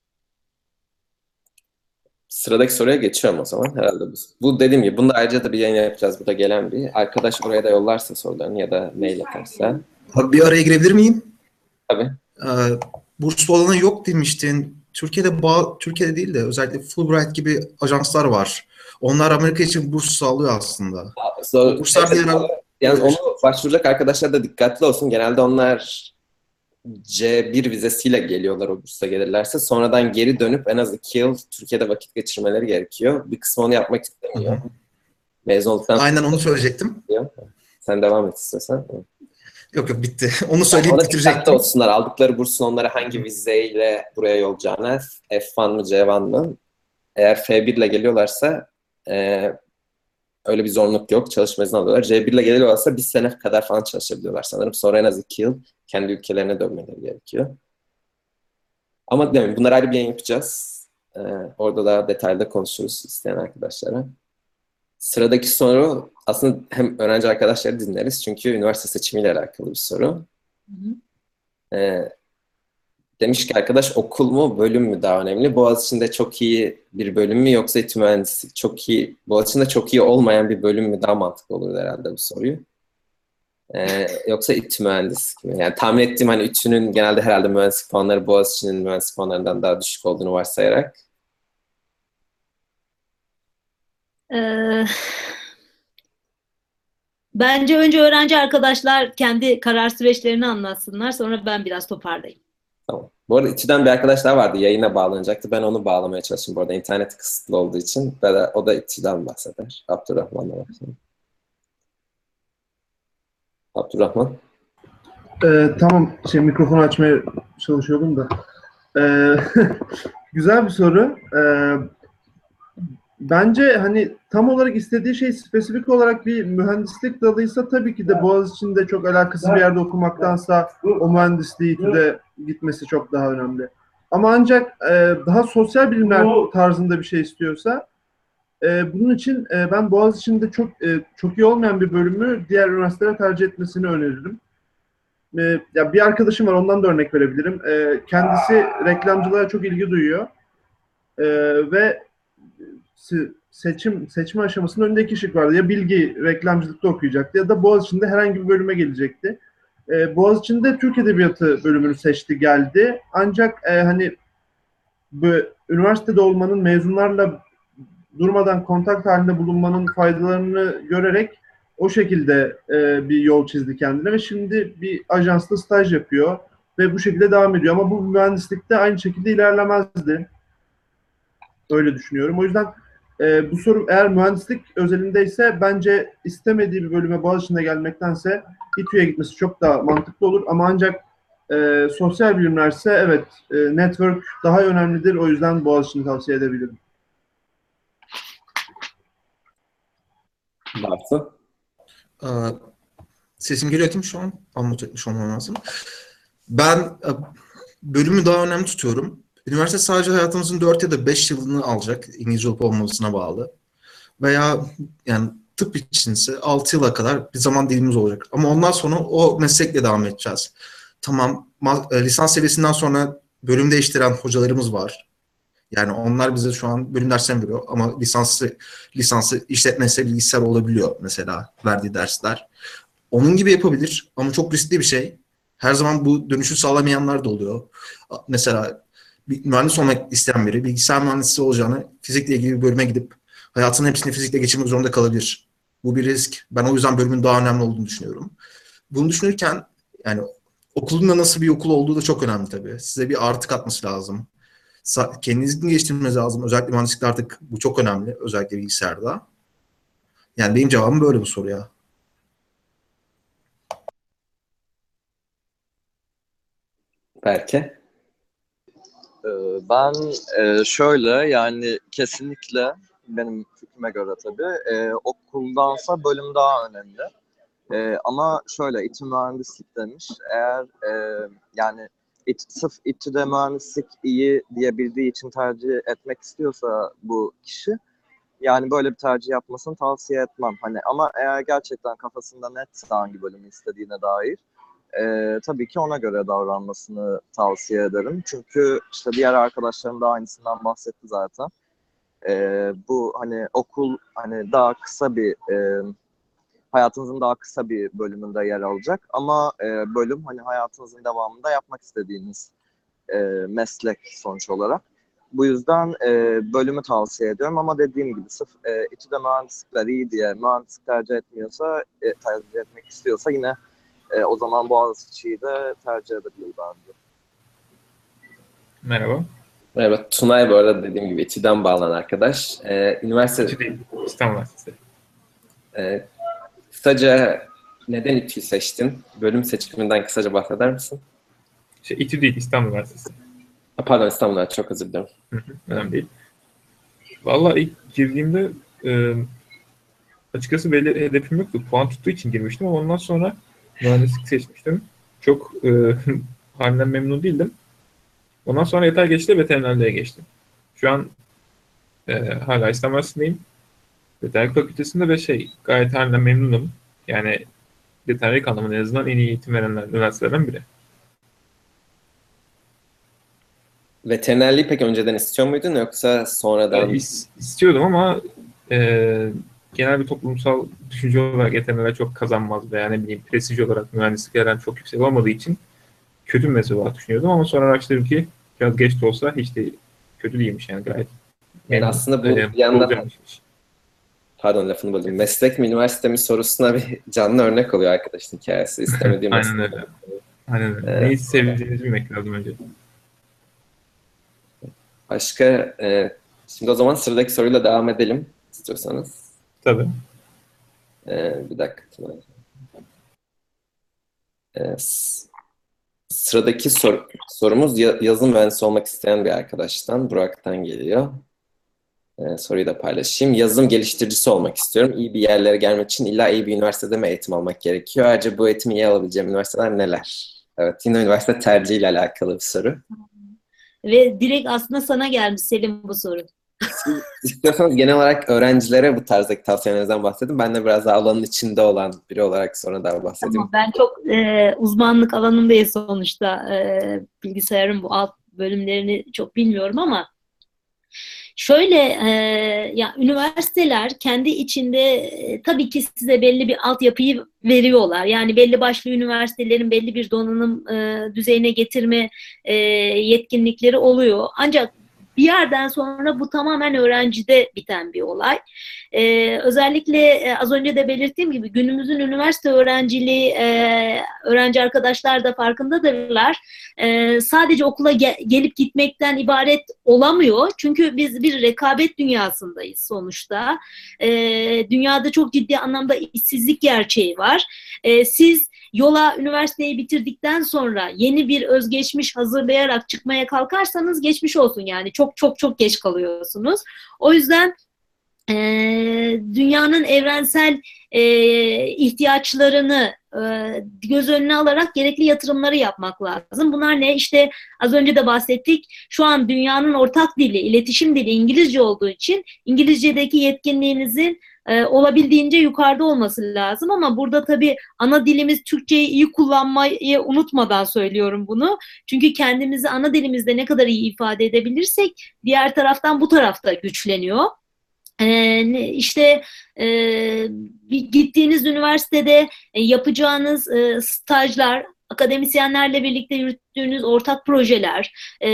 Sıradaki soruya geçiyorum o zaman herhalde. Bu, bu dediğim gibi, bunda ayrıca da bir yayın yapacağız. Bu da gelen bir. Arkadaş oraya da yollarsa sorularını ya da mail atarsa. Abi bir araya girebilir miyim? Tabii. Ee, burs olanı yok demiştin. Türkiye'de bağ, Türkiye'de değil de özellikle Fulbright gibi ajanslar var. Onlar Amerika için burs sağlıyor aslında. So, Burslar diğer yani onu başvuracak arkadaşlar da dikkatli olsun. Genelde onlar C bir vizesiyle geliyorlar, o bursa gelirlerse. Sonradan geri dönüp en az iki yıl Türkiye'de vakit geçirmeleri gerekiyor. Bir kısmı onu yapmak istemiyor. Mezun olduktan sonra Aynen onu söyleyecektim. diyor. Sen devam et istiyorsan. Yok yok bitti. Onu söyleyip Ona dikkatli bitirecektim. olsunlar. Aldıkları bursun onlara hangi vizeyle buraya yollayacağına. F bir mı C bir mı? Eğer F bir ile geliyorlarsa e, öyle bir zorunluluk yok. Çalışma izni alıyorlar. C bir ile geliyorlarsa bir sene kadar falan çalışabiliyorlar sanırım. Sonra en az iki yıl kendi ülkelerine dönmeleri gerekiyor. Ama demin bunlar ayrı bir yayın yapacağız. Ee, orada daha detaylı konuşuruz isteyen arkadaşlara. Sıradaki soru aslında hem öğrenci arkadaşları dinleriz çünkü üniversite seçimiyle alakalı bir soru. Hı hı. Ee, demiş ki arkadaş, okul mu bölüm mü daha önemli? Boğaziçi'nde çok iyi bir bölüm mü yoksa İTÜ mühendislik çok iyi, Boğaziçi'nde çok iyi olmayan bir bölüm mü daha mantıklı olur herhalde bu soruyu. Ee, yoksa İTÜ mühendislik mi? Yani tahmin ettiğim hani İTÜ'nün genelde herhalde mühendislik puanları Boğaziçi'nin mühendislik puanlarından daha düşük olduğunu varsayarak. Ee, Bence önce öğrenci arkadaşlar kendi karar süreçlerini anlatsınlar. Sonra ben biraz toparlayayım. Tamam. Bu arada İTÜ'den bir arkadaş daha vardı. Yayına bağlanacaktı. Ben onu bağlamaya çalıştım. Bu arada internet kısıtlı olduğu için. Ve o da İTÜ'den bahseder. Abdurrahman'la başlayalım. Abdurrahman. Ee, tamam, şey mikrofonu açmaya çalışıyordum da. Ee, güzel bir soru. Ee, bence hani tam olarak istediği şey spesifik olarak bir mühendislik dalıysa tabii ki de Boğaziçi'nde çok alakası bir yerde okumaktansa o mühendisliği de gitmesi çok daha önemli. Ama ancak e, daha sosyal bilimler tarzında bir şey istiyorsa e, bunun için e, ben Boğaziçi'nde çok e, çok iyi olmayan bir bölümü diğer üniversitelere tercih etmesini öneririm. E, ya bir arkadaşım var, ondan da örnek verebilirim. E, kendisi reklamcılığa çok ilgi duyuyor. E, ve si- seçim seçme aşamasının önünde iki şık vardı. Ya bilgi reklamcılıkta okuyacaktı ya da Boğaziçi'nde herhangi bir bölüme gelecekti. E, Boğaziçi'nde Türk Edebiyatı bölümünü seçti, geldi. Ancak e, hani bu üniversitede olmanın, mezunlarla durmadan kontak halinde bulunmanın faydalarını görerek o şekilde e, bir yol çizdi kendine ve şimdi bir ajansta staj yapıyor ve bu şekilde devam ediyor. Ama bu mühendislikte aynı şekilde ilerlemezdi. Öyle düşünüyorum. O yüzden e, bu soru eğer mühendislik özelindeyse bence istemediği bir bölüme Boğaziçi'nde gelmektense İTÜ'ye gitmesi çok daha mantıklı olur. Ama ancak e, sosyal bilimlerse evet, e, network daha önemlidir. O yüzden Boğaziçi'ni tavsiye edebilirim. Bartu. Ee, Sesim geliyor değil mi şu an? Anlat etmiş olmam lazım. Ben e, bölümü daha önemli tutuyorum. Üniversite sadece hayatımızın dört ya da beş yılını alacak. İngilizce olup olmamasına bağlı. Veya yani tıp içinse altı yıla kadar bir zaman dilimimiz olacak. Ama ondan sonra o meslekle devam edeceğiz. Tamam, ma- e, lisans seviyesinden sonra bölüm değiştiren hocalarımız var. Yani onlar bize şu an bölüm derslerini veriyor ama lisansı lisansı işletmesi bilgisayar olabiliyor mesela verdiği dersler. Onun gibi yapabilir ama çok riskli bir şey. Her zaman bu dönüşü sağlamayanlar da oluyor. Mesela bir mühendis olmak isteyen biri bilgisayar mühendisi olacağını fizikle ilgili bir bölüme gidip hayatının hepsini fizikle geçirmek zorunda kalabilir. Bu bir risk. Ben o yüzden bölümün daha önemli olduğunu düşünüyorum. Bunu düşünürken yani okulun da nasıl bir okul olduğu da çok önemli tabii. Size bir artı katması lazım. Sa- Kendinizi geliştirmeniz lazım. Özellikle mühendislikte artık bu çok önemli. Özellikle bilgisayarda. Yani benim cevabım böyle bu soruya. Berke. Ee, Ben e, şöyle yani kesinlikle benim fikrime göre tabii e, okuldansa bölüm daha önemli. E, ama şöyle İTÜ mühendislik demiş. Eğer e, yani İT, sırf İTÜ'de mühendislik iyi diyebildiği için tercih etmek istiyorsa bu kişi yani böyle bir tercih yapmasını tavsiye etmem. Hani ama eğer gerçekten kafasında net hangi bölümü istediğine dair e, tabii ki ona göre davranmasını tavsiye ederim. Çünkü işte diğer arkadaşlarım da aynısından bahsetti zaten. E, bu hani okul hani daha kısa bir e, hayatınızın daha kısa bir bölümünde yer alacak ama e, bölüm hani hayatınızın devamında yapmak istediğiniz e, meslek sonuç olarak. Bu yüzden e, bölümü tavsiye ediyorum ama dediğim gibi sırf e, İTÜ'de mühendislikler iyi diye mühendislik tercih etmiyorsa, e, tercih etmek istiyorsa yine e, o zaman Boğaziçi'yi de tercih edebilir bence. Merhaba. Merhaba. Tunay bu arada dediğim gibi İTÜ'den bağlanan arkadaş. Ee, üniversite İTÜ değil, İstanbul Üniversitesi. e, kısaca neden İTÜ'yü seçtin? Bölüm seçiminden kısaca bahseder misin? Şey, İTÜ değil, İstanbul Üniversitesi. Ha, pardon İstanbul'dan çok özür dilerim. Hı hı, önemli değil. Vallahi ilk girdiğimde e, açıkçası belli hedefim yoktu. Puan tuttuğu için girmiştim ama ondan sonra mühendislik seçmiştim. Çok e, halimden memnun değildim. Ondan sonra yeter geçti, veterinerliğe geçtim. Şu an e, hala İstanbul Üniversitesi'ndeyim. Veterinerlik fakültesinde ve şey gayet halimden memnunum. Yani veterinerlik anlamında en azından en iyi eğitim verenler, üniversitelerden biri. Veterinerliği pek önceden istiyor muydun yoksa sonradan? Yani is- istiyordum ama e, genel bir toplumsal düşünce olarak veterinerler çok kazanmaz veya ne bileyim prestij olarak mühendislik veren çok yüksek olmadığı için kötü bir meslek olarak düşünüyordum ama sonra araştırdım ki biraz geç de olsa hiç de kötü değilmiş yani gayet. Yani aslında bu e, bir yandan, olacakmış. pardon lafını böldüm. Meslek mi üniversite mi sorusuna bir canlı örnek oluyor arkadaşın hikayesi. İstemediğim Aynen meslek. öyle. Aynen öyle. Evet. Neyi sevdiğinizi bilmek lazım önce. Başka, e, şimdi o zaman sıradaki soruyla devam edelim istiyorsanız. Tabii. E, bir dakika. E, s- sıradaki sor- sorumuz ya- yazılım mühendisi olmak isteyen bir arkadaştan, Burak'tan geliyor. E, soruyu da paylaşayım. Yazılım geliştiricisi olmak istiyorum. İyi bir yerlere gelmek için illa iyi bir üniversitede mi eğitim almak gerekiyor? Ayrıca bu eğitimi iyi alabileceğim üniversiteler neler? Evet, yine üniversite tercihiyle alakalı bir soru. Ve direkt aslında sana gelmiş Selim bu soru. Siz istiyorsanız genel olarak öğrencilere bu tarzdaki tavsiyelerinizden bahsedin. Ben de biraz daha alanın içinde olan biri olarak sonra daha bahsedeyim. Ama ben çok e, uzmanlık alanındayız sonuçta. E, bilgisayarın bu alt bölümlerini çok bilmiyorum ama Şöyle, e, ya üniversiteler kendi içinde e, tabii ki size belli bir altyapıyı veriyorlar. Yani belli başlı üniversitelerin belli bir donanım e, düzeyine getirme e, yetkinlikleri oluyor. Ancak bir yerden sonra bu tamamen öğrencide biten bir olay. Ee, özellikle e, az önce de belirttiğim gibi günümüzün üniversite öğrenciliği, e, öğrenci arkadaşlar da farkındadırlar. E, sadece okula ge- gelip gitmekten ibaret olamıyor. Çünkü biz bir rekabet dünyasındayız sonuçta. E, dünyada çok ciddi anlamda işsizlik gerçeği var. E, siz yola üniversiteyi bitirdikten sonra yeni bir özgeçmiş hazırlayarak çıkmaya kalkarsanız geçmiş olsun, yani çok çok çok geç kalıyorsunuz. O yüzden e, dünyanın evrensel e, ihtiyaçlarını e, göz önüne alarak gerekli yatırımları yapmak lazım. Bunlar ne? İşte az önce de bahsettik. Şu an dünyanın ortak dili, iletişim dili İngilizce olduğu için İngilizce'deki yetkinliğinizin e, olabildiğince yukarıda olması lazım. Ama burada tabii ana dilimiz Türkçeyi iyi kullanmayı unutmadan söylüyorum bunu. Çünkü kendimizi ana dilimizde ne kadar iyi ifade edebilirsek diğer taraftan bu tarafta güçleniyor. Ee, işte e, gittiğiniz üniversitede e, yapacağınız e, stajlar, akademisyenlerle birlikte yürüttüğünüz ortak projeler, e,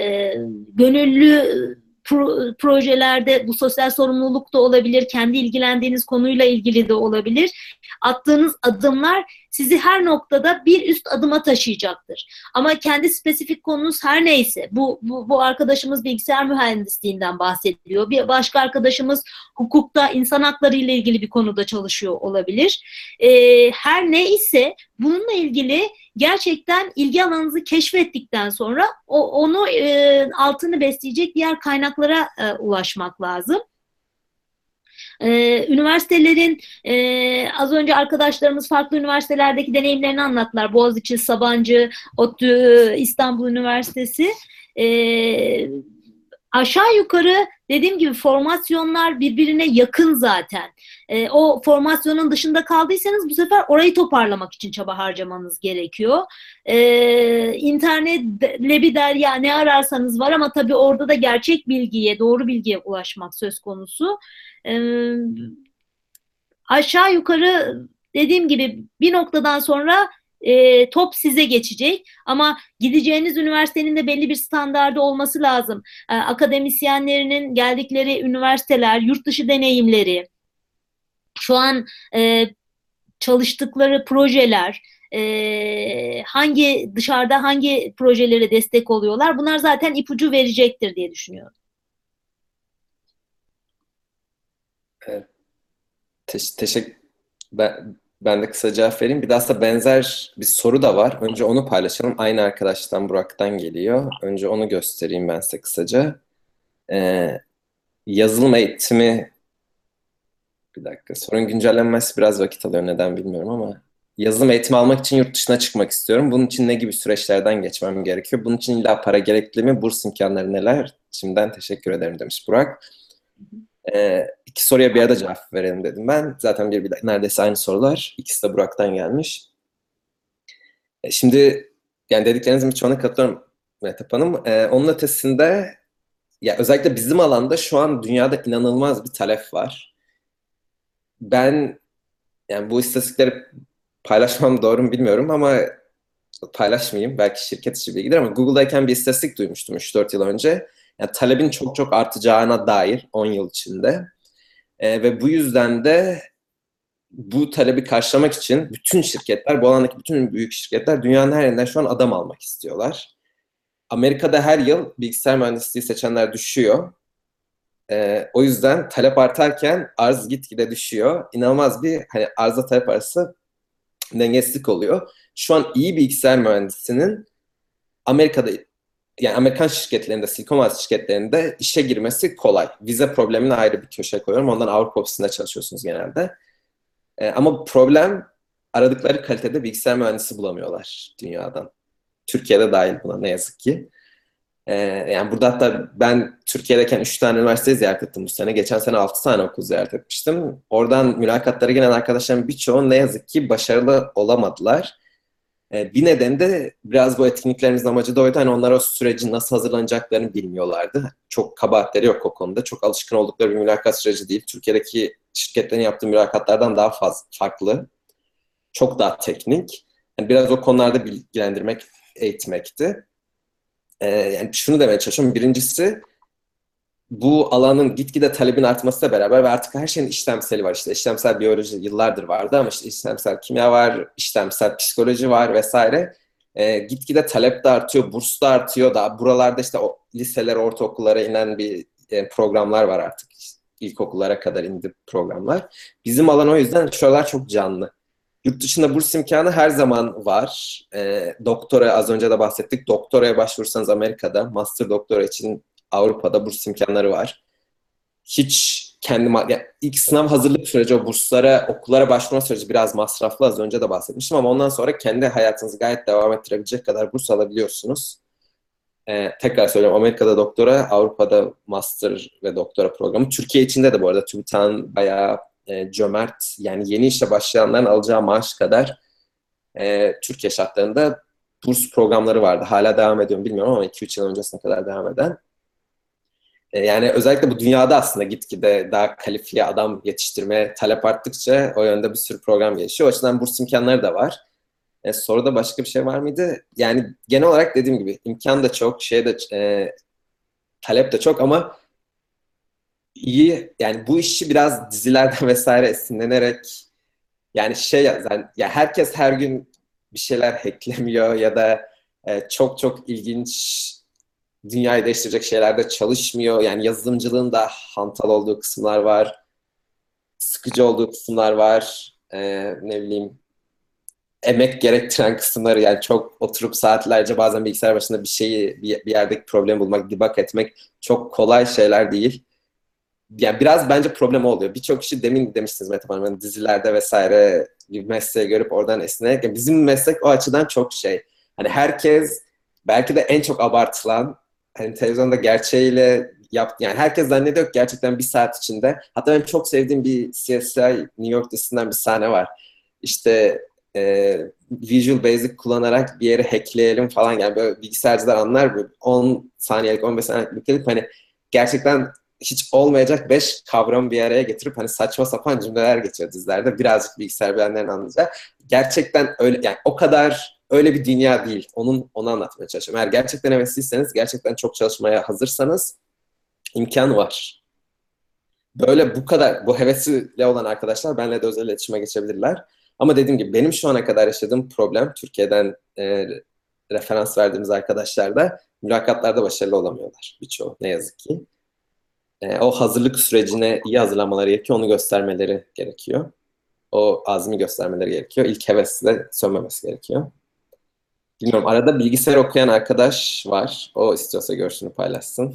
gönüllü pro- projelerde bu sosyal sorumluluk da olabilir, kendi ilgilendiğiniz konuyla ilgili de olabilir. Attığınız adımlar sizi her noktada bir üst adıma taşıyacaktır. Ama kendi spesifik konunuz her neyse, bu, bu, bu arkadaşımız bilgisayar mühendisliğinden bahsediyor. Bir başka arkadaşımız hukukta, insan hakları ile ilgili bir konuda çalışıyor olabilir. Ee, her neyse bununla ilgili gerçekten ilgi alanınızı keşfettikten sonra o, onu e, altını besleyecek diğer kaynaklara e, ulaşmak lazım. Ee, üniversitelerin e, az önce arkadaşlarımız farklı üniversitelerdeki deneyimlerini anlattılar. Boğaziçi, Sabancı, ODTÜ, İstanbul Üniversitesi. Ee, aşağı yukarı dediğim gibi formasyonlar birbirine yakın zaten. Ee, o formasyonun dışında kaldıysanız bu sefer orayı toparlamak için çaba harcamanız gerekiyor. Ee, internet, lebi derya ne ararsanız var ama tabii orada da gerçek bilgiye, doğru bilgiye ulaşmak söz konusu. Ee, aşağı yukarı dediğim gibi bir noktadan sonra e, top size geçecek ama gideceğiniz üniversitenin de belli bir standardı olması lazım. E, akademisyenlerinin geldikleri üniversiteler, yurt dışı deneyimleri, şu an e, çalıştıkları projeler, e, hangi dışarıda hangi projelere destek oluyorlar, bunlar zaten ipucu verecektir diye düşünüyorum. Te- teşekkür ben, ben de kısa cevap vereyim. Bir de aslında benzer bir soru da var. Önce onu paylaşalım. Aynı arkadaştan, Burak'tan geliyor. Önce onu göstereyim ben size kısaca. Ee, yazılım eğitimi bir dakika. Sorun güncellenmesi biraz vakit alıyor. Neden bilmiyorum ama yazılım eğitimi almak için yurt dışına çıkmak istiyorum. Bunun için ne gibi süreçlerden geçmem gerekiyor? Bunun için illa para gerekli mi? Burs imkanları neler? Şimdiden teşekkür ederim demiş Burak. Ee, iki soruya bir arada cevap verelim dedim ben. Zaten bir, bir neredeyse aynı sorular. İkisi de Burak'tan gelmiş. E, şimdi yani dediklerinizin birçoğuna katılıyorum Mehtap Hanım. Ee, onun ötesinde ya özellikle bizim alanda şu an dünyada inanılmaz bir talep var. Ben yani bu istatistikleri paylaşmam doğru mu bilmiyorum ama paylaşmayayım. Belki şirket içi bilgidir ama Google'dayken bir istatistik duymuştum üç dört yıl önce. Yani talebin çok çok artacağına dair on yıl içinde. Ee, ve bu yüzden de bu talebi karşılamak için bütün şirketler, bu alandaki bütün büyük şirketler dünyanın her yerinden şu an adam almak istiyorlar. Amerika'da her yıl bilgisayar mühendisliği seçenler düşüyor. Ee, o yüzden talep artarken arz gitgide düşüyor. İnanılmaz bir hani arzla talep arası dengesizlik oluyor. Şu an iyi bilgisayar mühendisinin Amerika'da yani Amerikan şirketlerinde, Silikon Vadisi şirketlerinde işe girmesi kolay. Vize problemini ayrı bir köşeye koyuyorum. Ondan Avrupa ofisinde çalışıyorsunuz genelde. Ee, ama problem aradıkları kalitede bilgisayar mühendisi bulamıyorlar dünyadan. Türkiye'de dahil buna ne yazık ki. Ee, yani burada hatta ben Türkiye'deyken üç tane üniversiteyi ziyaret ettim bu sene. Geçen sene altı tane okul ziyaret etmiştim. Oradan mülakatlara gelen arkadaşlarım birçoğu ne yazık ki başarılı olamadılar. E, bir nedeni de biraz bu etkinliklerimizin amacı da oydu. Hani onlar o sürecin nasıl hazırlanacaklarını bilmiyorlardı. Çok kabahatleri yok o konuda. Çok alışkın oldukları bir mülakat süreci değil. Türkiye'deki şirketlerin yaptığı mülakatlardan daha fazla farklı. Çok daha teknik. Yani biraz o konularda bilgilendirmek, eğitmekti. Ee, yani şunu demeye çalışıyorum. Birincisi, bu alanın gitgide talebin artmasıyla beraber ve artık her şeyin işlemseli var. İşte işlemsel biyoloji yıllardır vardı ama işte işlemsel kimya var, işlemsel psikoloji var vesaire. Ee, gitgide talep de artıyor, burs da artıyor. Daha buralarda işte o liseler, ortaokullara inen bir e, programlar var artık. İlkokullara kadar indi programlar. Bizim alan o yüzden şuralar çok canlı. Yurt dışında burs imkanı her zaman var. E, doktora, az önce de bahsettik. Doktoraya başvursanız Amerika'da, master doktora için Avrupa'da burs imkanları var. Hiç kendi, yani ilk sınav hazırlık süreci, o burslara, okullara başvurma süreci biraz masraflı. Az önce de bahsetmiştim ama ondan sonra kendi hayatınızı gayet devam ettirebilecek kadar burs alabiliyorsunuz. Ee, tekrar söylüyorum, Amerika'da doktora, Avrupa'da master ve doktora programı. Türkiye içinde de bu arada TÜBİTAK'ın bayağı e, cömert, yani yeni işe başlayanların alacağı maaş kadar e, Türkiye şartlarında burs programları vardı. Hala devam ediyor mu bilmiyorum ama iki üç yıl öncesine kadar devam eden. E, yani özellikle bu dünyada aslında gitgide daha kalifiye adam yetiştirmeye talep arttıkça o yönde bir sürü program gelişiyor. O açıdan burs imkanları da var. E, soruda başka bir şey var mıydı? Yani genel olarak dediğim gibi imkan da çok, şey de e, talep de çok ama iyi, yani bu işi biraz dizilerden vesaire esinlenerek, yani şey yani, ya herkes her gün bir şeyler hacklemiyor ya da e, çok çok ilginç, dünyayı değiştirecek şeylerde çalışmıyor. Yani yazılımcılığın da hantal olduğu kısımlar var, sıkıcı olduğu kısımlar var, e, ne bileyim emek gerektiren kısımları, yani çok oturup saatlerce bazen bilgisayar başında bir şeyi, bir, bir yerdeki problemi bulmak, debug etmek çok kolay şeyler değil. Yani biraz bence problem oluyor. Birçok kişi, demin demiştiniz Mete Hanım, hani dizilerde vesaire bir mesleği görüp oradan esinlenerek. Yani bizim meslek o açıdan çok şey. Hani herkes, belki de en çok abartılan, hani televizyonda gerçeğiyle yap, yani herkes zannediyor ki gerçekten bir saat içinde. Hatta benim çok sevdiğim bir C S I New York dizisinden bir sahne var. İşte e, Visual Basic kullanarak bir yeri hackleyelim falan, yani böyle bilgisayarcılar anlar, böyle on saniyelik, on beş saniyelik bir klip, hani gerçekten hiç olmayacak beş kavramı bir araya getirip hani saçma sapan cümleler geçiyor dizilerde. Birazcık bilgisayar bilenlerin anlayacağı. Gerçekten öyle, yani o kadar öyle bir dünya değil. Onun onu anlatmaya çalışıyorum. Eğer gerçekten hevesliyseniz, gerçekten çok çalışmaya hazırsanız imkan var. Böyle bu kadar, bu hevesiyle olan arkadaşlar benimle de özel iletişime geçebilirler. Ama dediğim gibi benim şu ana kadar yaşadığım problem, Türkiye'den e, referans verdiğimiz arkadaşlar da mülakatlarda başarılı olamıyorlar birçoğu, ne yazık ki. E, o hazırlık sürecine iyi hazırlanmaları gerekiyor, onu göstermeleri gerekiyor. O azmi göstermeleri gerekiyor. İlk hevesle sönmemesi gerekiyor. Bilmiyorum, arada bilgisayar okuyan arkadaş var. O istiyorsa görüşünü paylaşsın.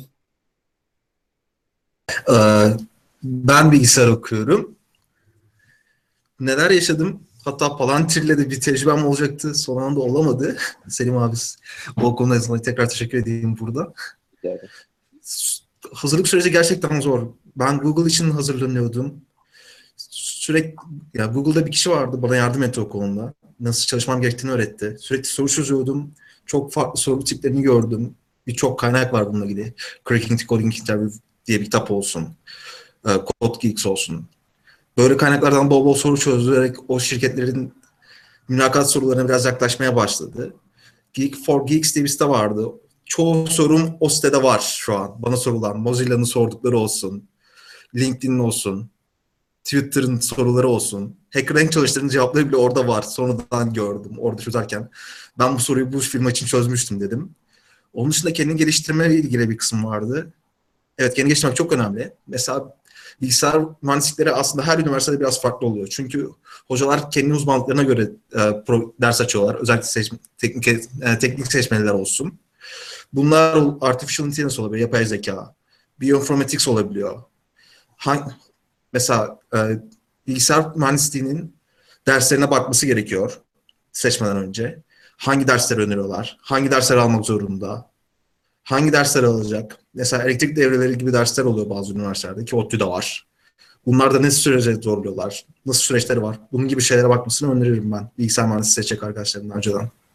Ee, ben bilgisayar okuyorum. Neler yaşadım? Hatta Palantir'le de bir tecrübem olacaktı. Son anda olamadı. Selim abi, o konuda sana tekrar teşekkür edeyim burada. Evet. Hazırlık süreci gerçekten zor. Ben Google için hazırlanıyordum. Sürekli, ya Google'da bir kişi vardı, bana yardım etti o konuda. Nasıl çalışmam gerektiğini öğretti. Sürekli soru çözüyordum. Çok farklı soru tiplerini gördüm. Birçok kaynak var bununla ilgili. Cracking the Coding Interview diye bir kitap olsun. Code Geeks olsun. Böyle kaynaklardan bol bol soru çözerek o şirketlerin mülakat sorularına biraz yaklaşmaya başladı. Geek for Geeks diye bir site vardı. Çoğu sorum o sitede var şu an. Bana sorulan, Mozilla'nın sordukları olsun, LinkedIn'in olsun, Twitter'ın soruları olsun. HackerRank çalıştırının cevapları bile orada var. Sonradan gördüm orada çözerken. Ben bu soruyu bu firma için çözmüştüm dedim. Onun dışında kendini geliştirme ile ilgili bir kısım vardı. Evet, kendini geliştirmek çok önemli. Mesela bilgisayar mühendislikleri aslında her üniversitede biraz farklı oluyor. Çünkü hocalar kendi uzmanlıklarına göre e, pro, ders açıyorlar. Özellikle seçme, teknik, e, teknik seçmeliler olsun. Bunlar artificial intelligence olabiliyor, yapay zeka, bioinformatics olabiliyor. Hangi, mesela e, bilgisayar mühendisliğinin derslerine bakması gerekiyor seçmeden önce. Hangi dersleri öneriyorlar? Hangi dersleri almak zorunda? Hangi dersleri alacak? Mesela elektrik devreleri gibi dersler oluyor bazı üniversitelerde ki ODTÜ'de var. Bunlarda nasıl sürece zorluyorlar? Nasıl süreçleri var? Bunun gibi şeylere bakmasını öneririm ben bilgisayar mühendisliği seçecek arkadaşlarımdan önceden.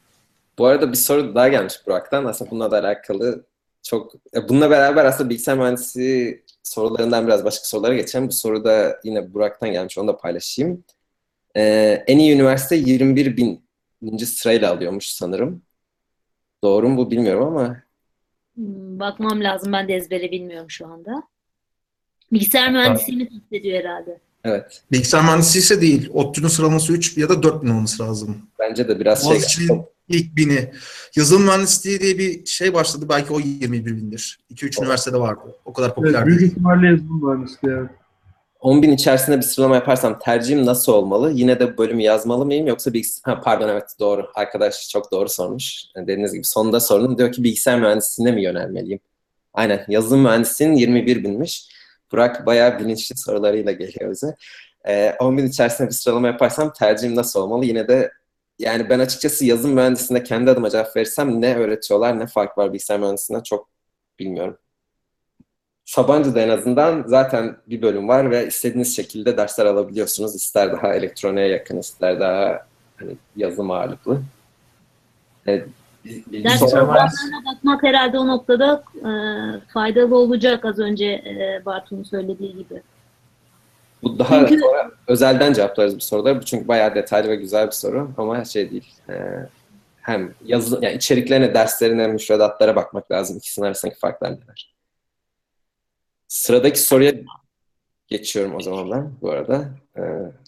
Bu arada bir soru daha gelmiş Burak'tan. Aslında bununla da alakalı çok... e, Bununla beraber aslında bilgisayar mühendisliği sorularından biraz başka sorulara geçelim. Bu soru da yine Burak'tan gelmiş. Onu da paylaşayım. Ee, en iyi üniversite yirmi bir bininci sırayla alıyormuş sanırım. Doğru mu bu bilmiyorum ama Hmm, Bakmam lazım. Ben de ezbere bilmiyorum şu anda. Bilgisayar mühendisliğini test ediyor herhalde. evet. Bilgisayar mühendisliği ise değil. ODTÜ'nün sıralaması üç ya da dört bin olması lazım. Bence de biraz şey... Boğaziçi'nin ilk bini. Yazılım mühendisliği diye bir şey başladı. Belki o yirmi bir bindir. iki üç üniversitede vardı. O kadar popüler Evet, büyük değil. ihtimalle yazılım mühendisliği. Evet. on bin içerisinde bir sıralama yaparsam tercihim nasıl olmalı? Yine de bu bölümü yazmalı mıyım yoksa bilgisayar... Ha, pardon evet doğru. Arkadaş çok doğru sormuş. Yani dediğiniz gibi sonunda sorunun diyor ki bilgisayar mühendisliğine mi yönelmeliyim? Aynen. Yazılım mühendisliğinin yirmi bir binmiş. Burak bayağı bilinçli sorularıyla geliyor bize. Ee, on bin içerisinde bir sıralama yaparsam tercihim nasıl olmalı? Yine de yani ben açıkçası yazılım mühendisliğinde kendi adıma cevap verirsem ne öğretiyorlar, ne fark var bilgisayar mühendisliğinde çok bilmiyorum. Sabancı'da en azından zaten bir bölüm var ve istediğiniz şekilde dersler alabiliyorsunuz. İster daha elektroniğe yakın, ister daha hani yazılım ağırlıklı. Evet, bil- Ders bilgisayar- programlarına bakmak herhalde o noktada e, faydalı olacak az önce e, Bartu'nun söylediği gibi. Bu daha Çünkü- sonra özelden cevaplarız bu soruları. Bu çünkü bayağı detaylı ve güzel bir soru ama şey değil. e, hem yazı, yani içeriklerine, derslerine, müfredatlara bakmak lazım. İkisinin arasındaki farklar neler? Sıradaki soruya geçiyorum o zaman ben bu arada. E,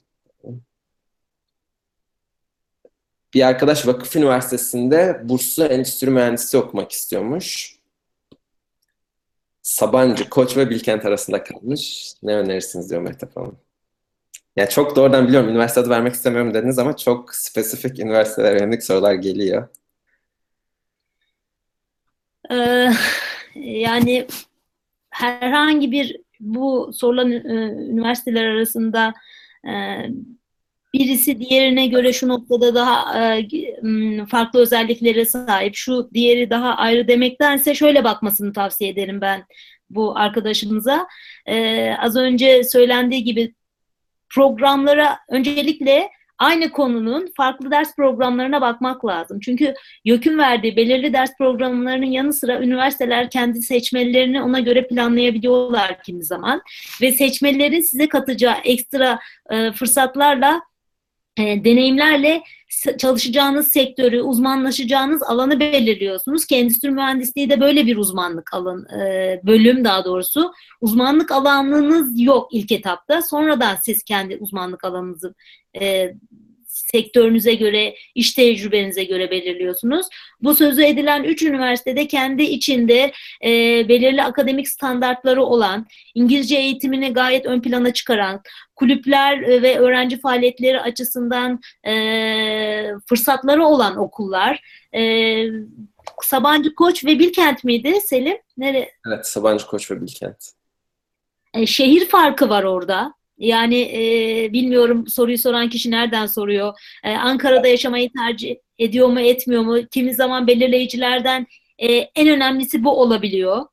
bir arkadaş Vakıf Üniversitesi'nde burslu endüstri mühendisi okumak istiyormuş. Sabancı, Koç ve Bilkent arasında kalmış. Ne önerirsiniz diyor Mehtap Hanım. Ya çok doğrudan biliyorum üniversite adı vermek istemiyorum dediniz ama çok spesifik üniversitelere yönelik sorular geliyor. Ee, yani herhangi bir bu sorulan e, üniversiteler arasında e, birisi diğerine göre şu noktada daha e, m, farklı özelliklere sahip, şu diğeri daha ayrı demektense şöyle bakmasını tavsiye ederim ben bu arkadaşımıza. Ee, az önce söylendiği gibi programlara öncelikle aynı konunun farklı ders programlarına bakmak lazım. Çünkü YÖK'ün verdiği belirli ders programlarının yanı sıra üniversiteler kendi seçmelerini ona göre planlayabiliyorlar kimi zaman. Ve seçmelerin size katacağı ekstra e, fırsatlarla, e, deneyimlerle s- çalışacağınız sektörü, uzmanlaşacağınız alanı belirliyorsunuz ki endüstri mühendisliği de böyle bir uzmanlık alan, e, bölüm daha doğrusu. Uzmanlık alanınız yok ilk etapta. Sonradan siz kendi uzmanlık alanınızı e, sektörünüze göre, iş tecrübenize göre belirliyorsunuz. Bu sözü edilen üç üniversitede kendi içinde e, belirli akademik standartları olan, İngilizce eğitimini gayet ön plana çıkaran, kulüpler ve öğrenci faaliyetleri açısından e, fırsatları olan okullar. E, Sabancı, Koç ve Bilkent miydi Selim? Nere? Evet, Sabancı, Koç ve Bilkent. E, şehir farkı var orada. Yani e, bilmiyorum soruyu soran kişi nereden soruyor. E, Ankara'da yaşamayı tercih ediyor mu, etmiyor mu? Kimi zaman belirleyicilerden e, en önemlisi bu olabiliyor.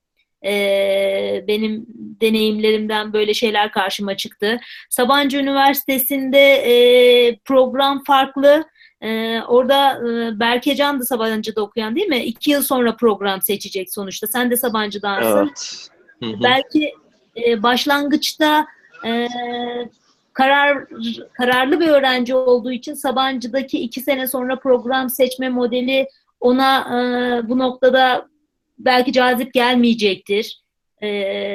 E, benim deneyimlerimden böyle şeyler karşıma çıktı. Sabancı Üniversitesi'nde e, program farklı. E, orada e, Berkecan da Sabancı'da okuyan değil mi? İki yıl sonra program seçecek sonuçta. Sen de Sabancı'dansın. Evet. Hı hı. Belki e, başlangıçta e, karar kararlı bir öğrenci olduğu için Sabancı'daki iki sene sonra program seçme modeli ona e, bu noktada belki cazip gelmeyecektir. E,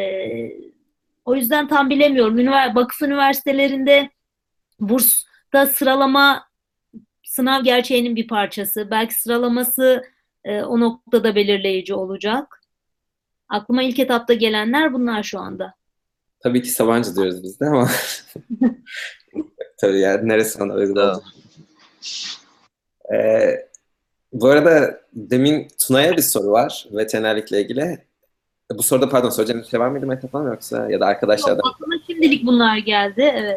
o yüzden tam bilemiyorum. Ünivers- vakıf üniversitelerinde bursta sıralama sınav gerçeğinin bir parçası. Belki sıralaması e, o noktada belirleyici olacak. Aklıma ilk etapta gelenler bunlar şu anda. Tabii ki Sabancı diyoruz biz de ama tabii yani neresi ona uygun olacak. Ee, bu arada demin Tuna'ya bir soru var veterinerlikle ilgili. Bu soruda pardon soracağım bir şey var mıydı Mehtap Hanım yoksa ya da arkadaşlardan? Yok, aklıma şimdilik bunlar geldi. Evet.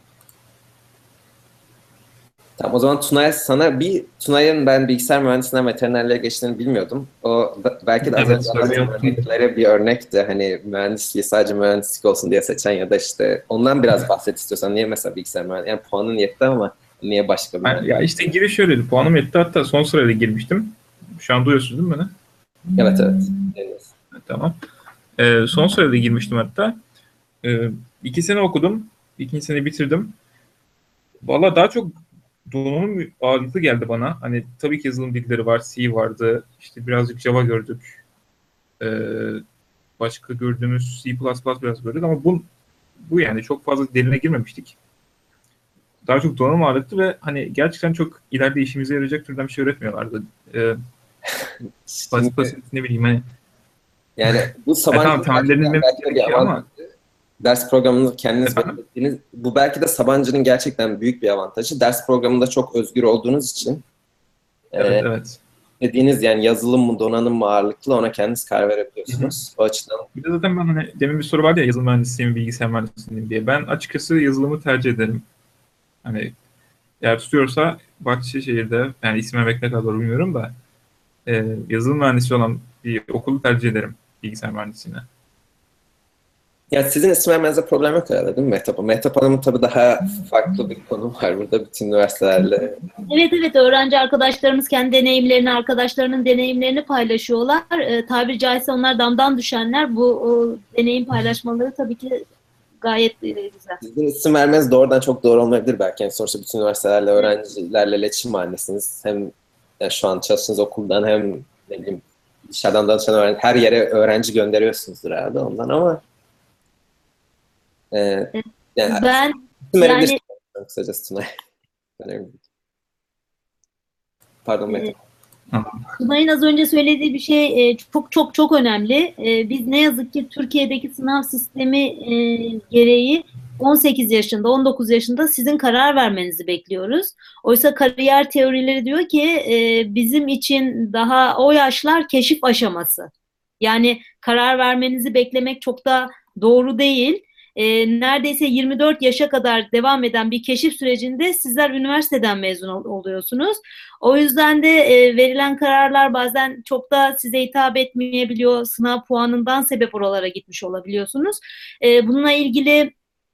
Tamam o zaman Tuna'ya sana bir Tuna'nın ben bilgisayar mühendisinden veterinerliğe geçtiğini bilmiyordum. O da- belki de az Evet, önce sormayı anlattığım unuttum. örneklere bir örnekti. Hani mühendisliği sadece mühendislik olsun diye seçen ya da işte ondan biraz bahset istiyorsan. Niye mesela bilgisayar mühendisliği? Yani puanın yetti ama Niye başka bir Ha, ya işte giriş şöyleydi. Puanım yetti. Hatta son sırayla girmiştim. Şu an duyuyorsunuz değil mi beni? Evet, evet. Evet. Tamam. Ee, son sırada girmiştim hatta. Ee, iki sene okudum. İkinci sene bitirdim. Valla daha çok donanım ağırlıklı geldi bana. Hani tabii ki yazılım dilleri var. C vardı. İşte birazcık Java gördük. Ee, başka gördüğümüz C++ biraz gördük ama bu, bu yani çok fazla derine girmemiştik. Daha çok donanım ağırlıklı ve hani gerçekten çok ileride işimize yarayacak türden bir şey öğretmiyorlardı. Ee, Şimdi, basit basit ne bileyim hani. yani bu Ya tamam Sabancı'nın temellerinin gerçekten belki de bir gerekiyor ama avantajı. Ders programını kendiniz efendim? belirlediğiniz, bu belki de Sabancı'nın gerçekten büyük bir avantajı. Ders programında çok özgür olduğunuz için Evet e, evet. dediğiniz yani yazılım mı donanım mı ağırlıklı ona kendiniz karar verebiliyorsunuz. O açıdan Bir de zaten ben hani demin bir soru vardı ya yazılım mühendisliği mi bilgisayar mühendisliği mi diye. Ben açıkçası yazılımı tercih ederim. Hani eğer tutuyorsa Bahçeşehir'de yani isim vermek ne kadar doğru bilmiyorum da e, yazılım mühendisliği olan bir okulu tercih ederim bilgisayar mühendisliğine. yani sizin isim vermenizde problem yok herhalde değil mi Mehtap? Mehtap Hanım'ın tabii daha farklı bir konu var burada bütün üniversitelerle. Evet evet, öğrenci arkadaşlarımız kendi deneyimlerini, arkadaşlarının deneyimlerini paylaşıyorlar. E, tabiri caizse onlar damdan düşenler. Bu o, deneyim paylaşmaları tabii ki gayet e, güzel. Sizin isim vermeniz doğrudan çok doğru olmayabilir belki. Yani sonuçta bütün üniversitelerle, öğrencilerle iletişim halindesiniz. Hem yani şu an çalıştığınız okuldan hem ne bileyim dışarıdan danışan öğrenci, her yere öğrenci gönderiyorsunuzdur herhalde ondan ama e, yani Ben isim yani verebilirsiniz kısacası Tunay. Önemli değil. Pardon Mehtap. Tunay'ın az önce söylediği bir şey e, çok çok çok önemli. E, biz ne yazık ki Türkiye'deki sınav sistemi e, gereği on sekiz yaşında, on dokuz yaşında sizin karar vermenizi bekliyoruz. Oysa kariyer teorileri diyor ki e, bizim için daha o yaşlar keşif aşaması. Yani karar vermenizi beklemek çok da doğru değil. E, neredeyse yirmi dört yaşa kadar devam eden bir keşif sürecinde sizler üniversiteden mezun ol- oluyorsunuz. O yüzden de e, verilen kararlar bazen çok da size hitap etmeyebiliyor. Sınav puanından sebep oralara gitmiş olabiliyorsunuz. E, bununla ilgili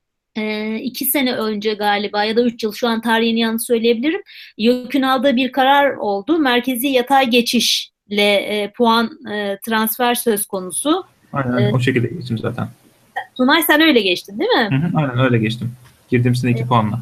e, iki sene önce galiba ya da üç yıl, şu an tarihini yanlış söyleyebilirim. YÖK'ün aldığı bir karar oldu. Merkezi yatay geçişle e, puan e, transfer söz konusu. Aynen E, o şekilde geçtim zaten. Tunay sen öyle geçtin değil mi? Hı hı, aynen öyle geçtim. Girdiğim sene iki puanla.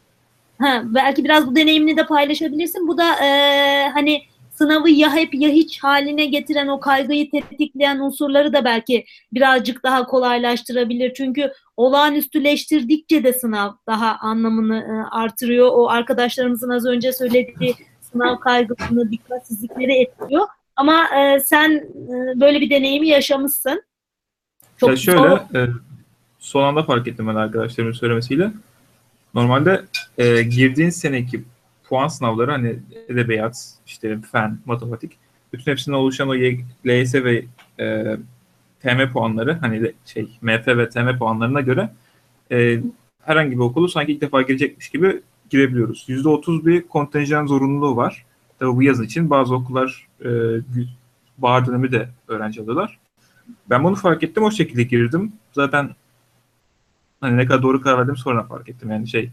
Ha, belki biraz bu deneyimini de paylaşabilirsin. Bu da e, hani sınavı ya hep ya hiç haline getiren, o kaygıyı tetikleyen unsurları da belki birazcık daha kolaylaştırabilir. Çünkü olağanüstüleştirdikçe de sınav daha anlamını e, artırıyor. O arkadaşlarımızın az önce söylediği sınav kaygısını, dikkatsizlikleri etkiliyor. Ama e, sen e, böyle bir deneyimi yaşamışsın. Çok Ya şöyle zor. e, son anda fark ettim ben arkadaşlarımın söylemesiyle. Normalde e, girdiğin seneki puan sınavları hani edebiyat, işte fen, matematik bütün hepsinden oluşan o Y- L Y S ve e, T M puanları hani de- şey M F ve T M puanlarına göre e, herhangi bir okulu sanki ilk defa girecekmiş gibi girebiliyoruz. yüzde otuz bir kontenjan zorunluluğu var. Tabii bu yaz için bazı okullar e, gü- bahar dönemi de öğrenci alıyorlar. Ben bunu fark ettim, o şekilde girdim. Zaten hani ne kadar doğru karar verdiğimi sonradan fark ettim. Yani şey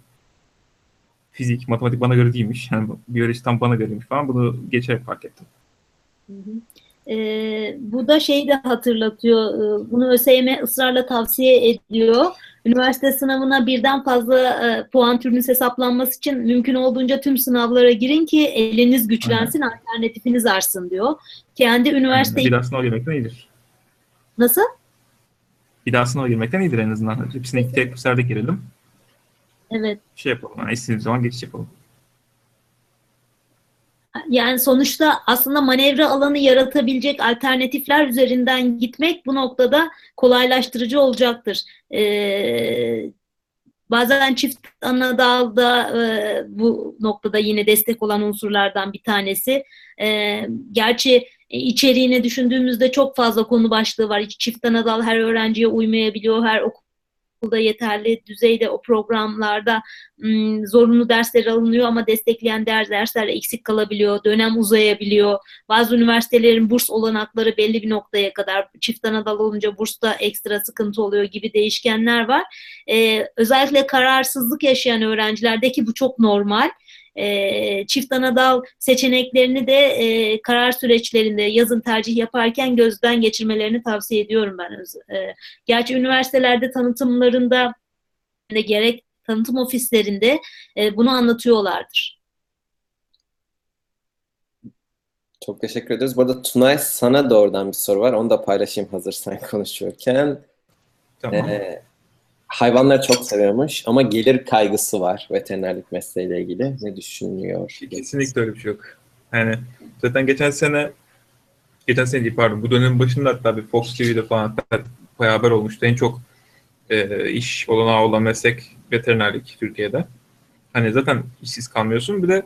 fizik, matematik bana göre değilmiş. Yani biyoloji tam bana göreymiş falan. Bunu geçerek fark ettim. Hı hı. Ee, bu da şeyi de hatırlatıyor. Ee, Bunu ÖSYM ısrarla tavsiye ediyor. Üniversite sınavına birden fazla e, puan türünüz hesaplanması için mümkün olduğunca tüm sınavlara girin ki eliniz güçlensin, Aynen. alternatifiniz artsın diyor. Kendi Aynen. üniversite Bir daha sınava girmekten iyidir. nasıl? Bir daha sınava girmekten iyidir en azından. Hepsine iki tek seferde girelim. Evet. Şey yapalım. Yani istediğimiz zaman geçiş yapalım. Yani sonuçta aslında manevra alanı yaratabilecek alternatifler üzerinden gitmek bu noktada kolaylaştırıcı olacaktır. Ee, Bazen çift ana dalda e, bu noktada yine destek olan unsurlardan bir tanesi. E, gerçi e, içeriğini düşündüğümüzde çok fazla konu başlığı var. Çift ana dal her öğrenciye uymayabiliyor, her okul okulda yeterli düzeyde o programlarda m, zorunlu dersler alınıyor ama destekleyen ders, dersler eksik kalabiliyor, dönem uzayabiliyor. Bazı üniversitelerin burs olanakları belli bir noktaya kadar, çift ana dal olunca bursta ekstra sıkıntı oluyor gibi değişkenler var. Ee, özellikle kararsızlık yaşayan öğrencilerdeki bu çok normal. E, çift ana dal seçeneklerini de e, karar süreçlerinde yazın tercih yaparken gözden geçirmelerini tavsiye ediyorum ben. E, gerçi üniversitelerde tanıtımlarında de gerek tanıtım ofislerinde e, bunu anlatıyorlardır. Çok teşekkür ederiz. Bu arada Tunay, sana da oradan bir soru var. Onu da paylaşayım hazır sen konuşuyorken. Tamam. Ee, hayvanları çok seviyormuş ama gelir kaygısı var veterinerlik mesleğiyle ilgili. Ne düşünüyor? Kesinlikle öyle bir şey yok. Yani zaten geçen sene, geçen sene değil pardon, bu dönemin başında hatta bir Fox T V'de falan hatta bayağı haber olmuştu. En çok e, iş olanağı olan meslek veterinerlik Türkiye'de. Hani zaten işsiz kalmıyorsun. Bir de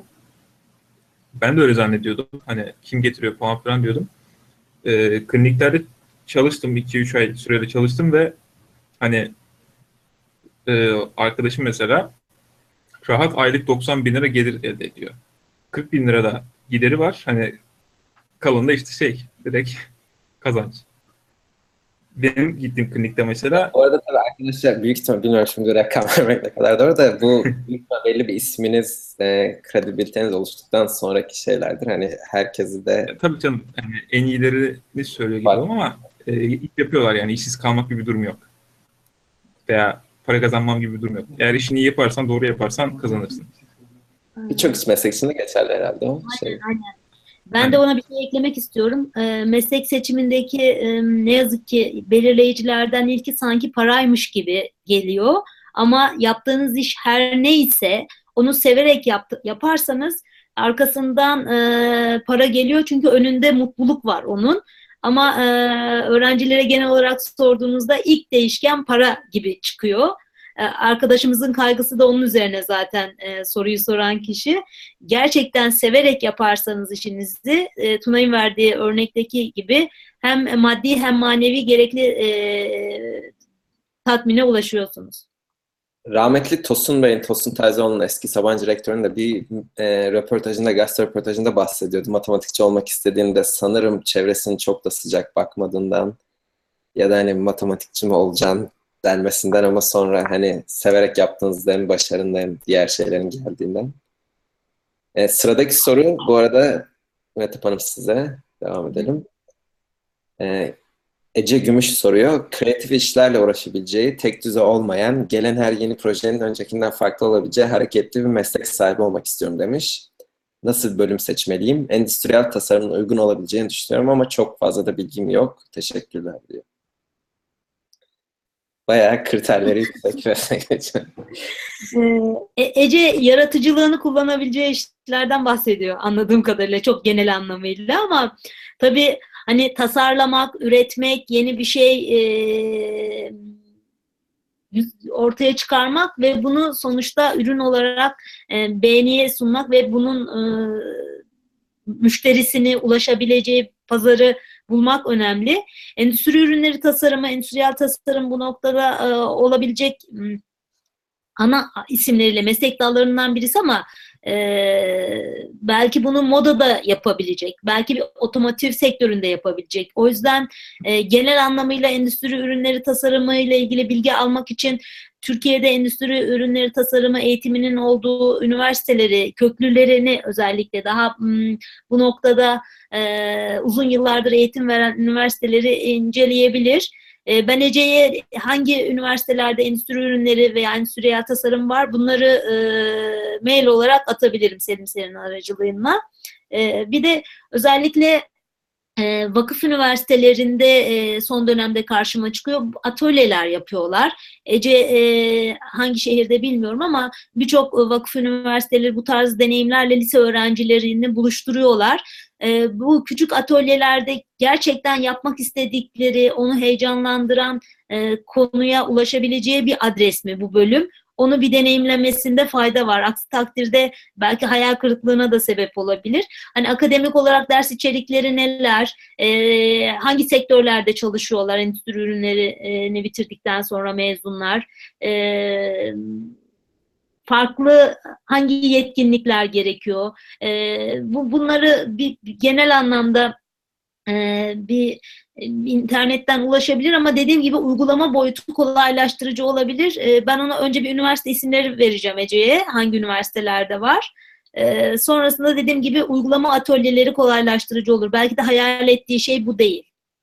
ben de öyle zannediyordum. Hani kim getiriyor falan filan diyordum. E, kliniklerde çalıştım. iki üç ay sürede çalıştım ve hani e, arkadaşım mesela rahat aylık doksan bin lira gelir elde ediyor. kırk bin lira da gideri var. Hani kalanında işte şey direkt kazanç. Benim gittiğim klinikte mesela Bu arada tabii arkadaşlar büyük ihtimal bilmiyorum şimdi rakam vermek ne kadar doğru da bu büyük ihtimal belli bir isminiz, e, kredibiliteniz oluştuktan sonraki şeylerdir. Hani herkesi de e, tabii canım yani en iyilerini söylüyor gibi Var. oldum ama e, iş yapıyorlar yani işsiz kalmak gibi bir durum yok. Veya para kazanmam gibi bir durum yok. Eğer işini iyi yaparsan, doğru yaparsan kazanırsın. birçok meslek için de geçerli herhalde o şey. Aynen, aynen. Ben de ona bir şey eklemek istiyorum. E, meslek seçimindeki e, ne yazık ki belirleyicilerden ilki sanki paraymış gibi geliyor. Ama yaptığınız iş her neyse onu severek yaptı, yaparsanız arkasından e, para geliyor. Çünkü önünde mutluluk var onun. Ama e, öğrencilere genel olarak sorduğunuzda ilk değişken para gibi çıkıyor. E, arkadaşımızın kaygısı da onun üzerine zaten e, soruyu soran kişi. Gerçekten severek yaparsanız işinizi e, Tunay'ın verdiği örnekteki gibi hem maddi hem manevi gerekli e, tatmine ulaşıyorsunuz. Rahmetli Tosun Bey'in, Tosun Tayzoğlu'nun eski Sabancı rektörünün de bir e, röportajında, gazete röportajında bahsediyordu. Matematikçi olmak istediğinde sanırım çevresinin çok da sıcak bakmadığından ya da hani matematikçi mi olacaksın denmesinden ama sonra hani severek yaptığınızda hem başarında hem diğer şeylerin geldiğinden. E, sıradaki soru bu arada Mehtap Hanım size devam edelim. E, Ece Gümüş soruyor. Kreatif işlerle uğraşabileceği, tek düze olmayan, gelen her yeni projenin öncekinden farklı olabileceği hareketli bir meslek sahibi olmak istiyorum demiş. Nasıl bir bölüm seçmeliyim? Endüstriyel tasarımın uygun olabileceğini düşünüyorum ama çok fazla da bilgim yok. Teşekkürler diyor. Bayağı kriterleri yüksek meslek seçimi. E, Ece yaratıcılığını kullanabileceği işlerden bahsediyor anladığım kadarıyla çok genel anlamıyla ama tabii hani tasarlamak, üretmek, yeni bir şey e, ortaya çıkarmak ve bunu sonuçta ürün olarak e, beğeniye sunmak ve bunun e, müşterisini ulaşabileceği pazarı bulmak önemli. Endüstri ürünleri tasarımı, endüstriyel tasarım bu noktada e, olabilecek ana isimleriyle meslek dallarından birisi ama e, belki bunu modada yapabilecek, belki bir otomotiv sektöründe yapabilecek. O yüzden e, genel anlamıyla endüstri ürünleri tasarımı ile ilgili bilgi almak için Türkiye'de endüstri ürünleri tasarımı eğitiminin olduğu üniversiteleri, köklülerini özellikle daha m, bu noktada e, uzun yıllardır eğitim veren üniversiteleri inceleyebilir. Ben Ece'ye hangi üniversitelerde endüstri ürünleri veya endüstriyel tasarım var bunları e, mail olarak atabilirim Selim Ser'in aracılığıyla. E, bir de özellikle e, vakıf üniversitelerinde e, son dönemde karşıma çıkıyor. Atölyeler yapıyorlar. Ece e, hangi şehirde bilmiyorum ama birçok vakıf üniversiteleri bu tarz deneyimlerle lise öğrencilerini buluşturuyorlar. E, bu küçük atölyelerde gerçekten yapmak istedikleri, onu heyecanlandıran e, konuya ulaşabileceği bir adres mi bu bölüm? onu bir deneyimlemesinde fayda var. Aksi takdirde belki hayal kırıklığına da sebep olabilir. Hani akademik olarak ders içerikleri neler, e, hangi sektörlerde çalışıyorlar, endüstri ürünlerini bitirdikten sonra mezunlar, e, farklı hangi yetkinlikler gerekiyor, e, bu bunları bir, bir genel anlamda e, bir internetten ulaşabilir ama dediğim gibi uygulama boyutu kolaylaştırıcı olabilir. E, ben ona önce bir üniversite isimleri vereceğim Ece'ye, hangi üniversitelerde var. E, sonrasında dediğim gibi uygulama atölyeleri kolaylaştırıcı olur. Belki de hayal ettiği şey bu değil.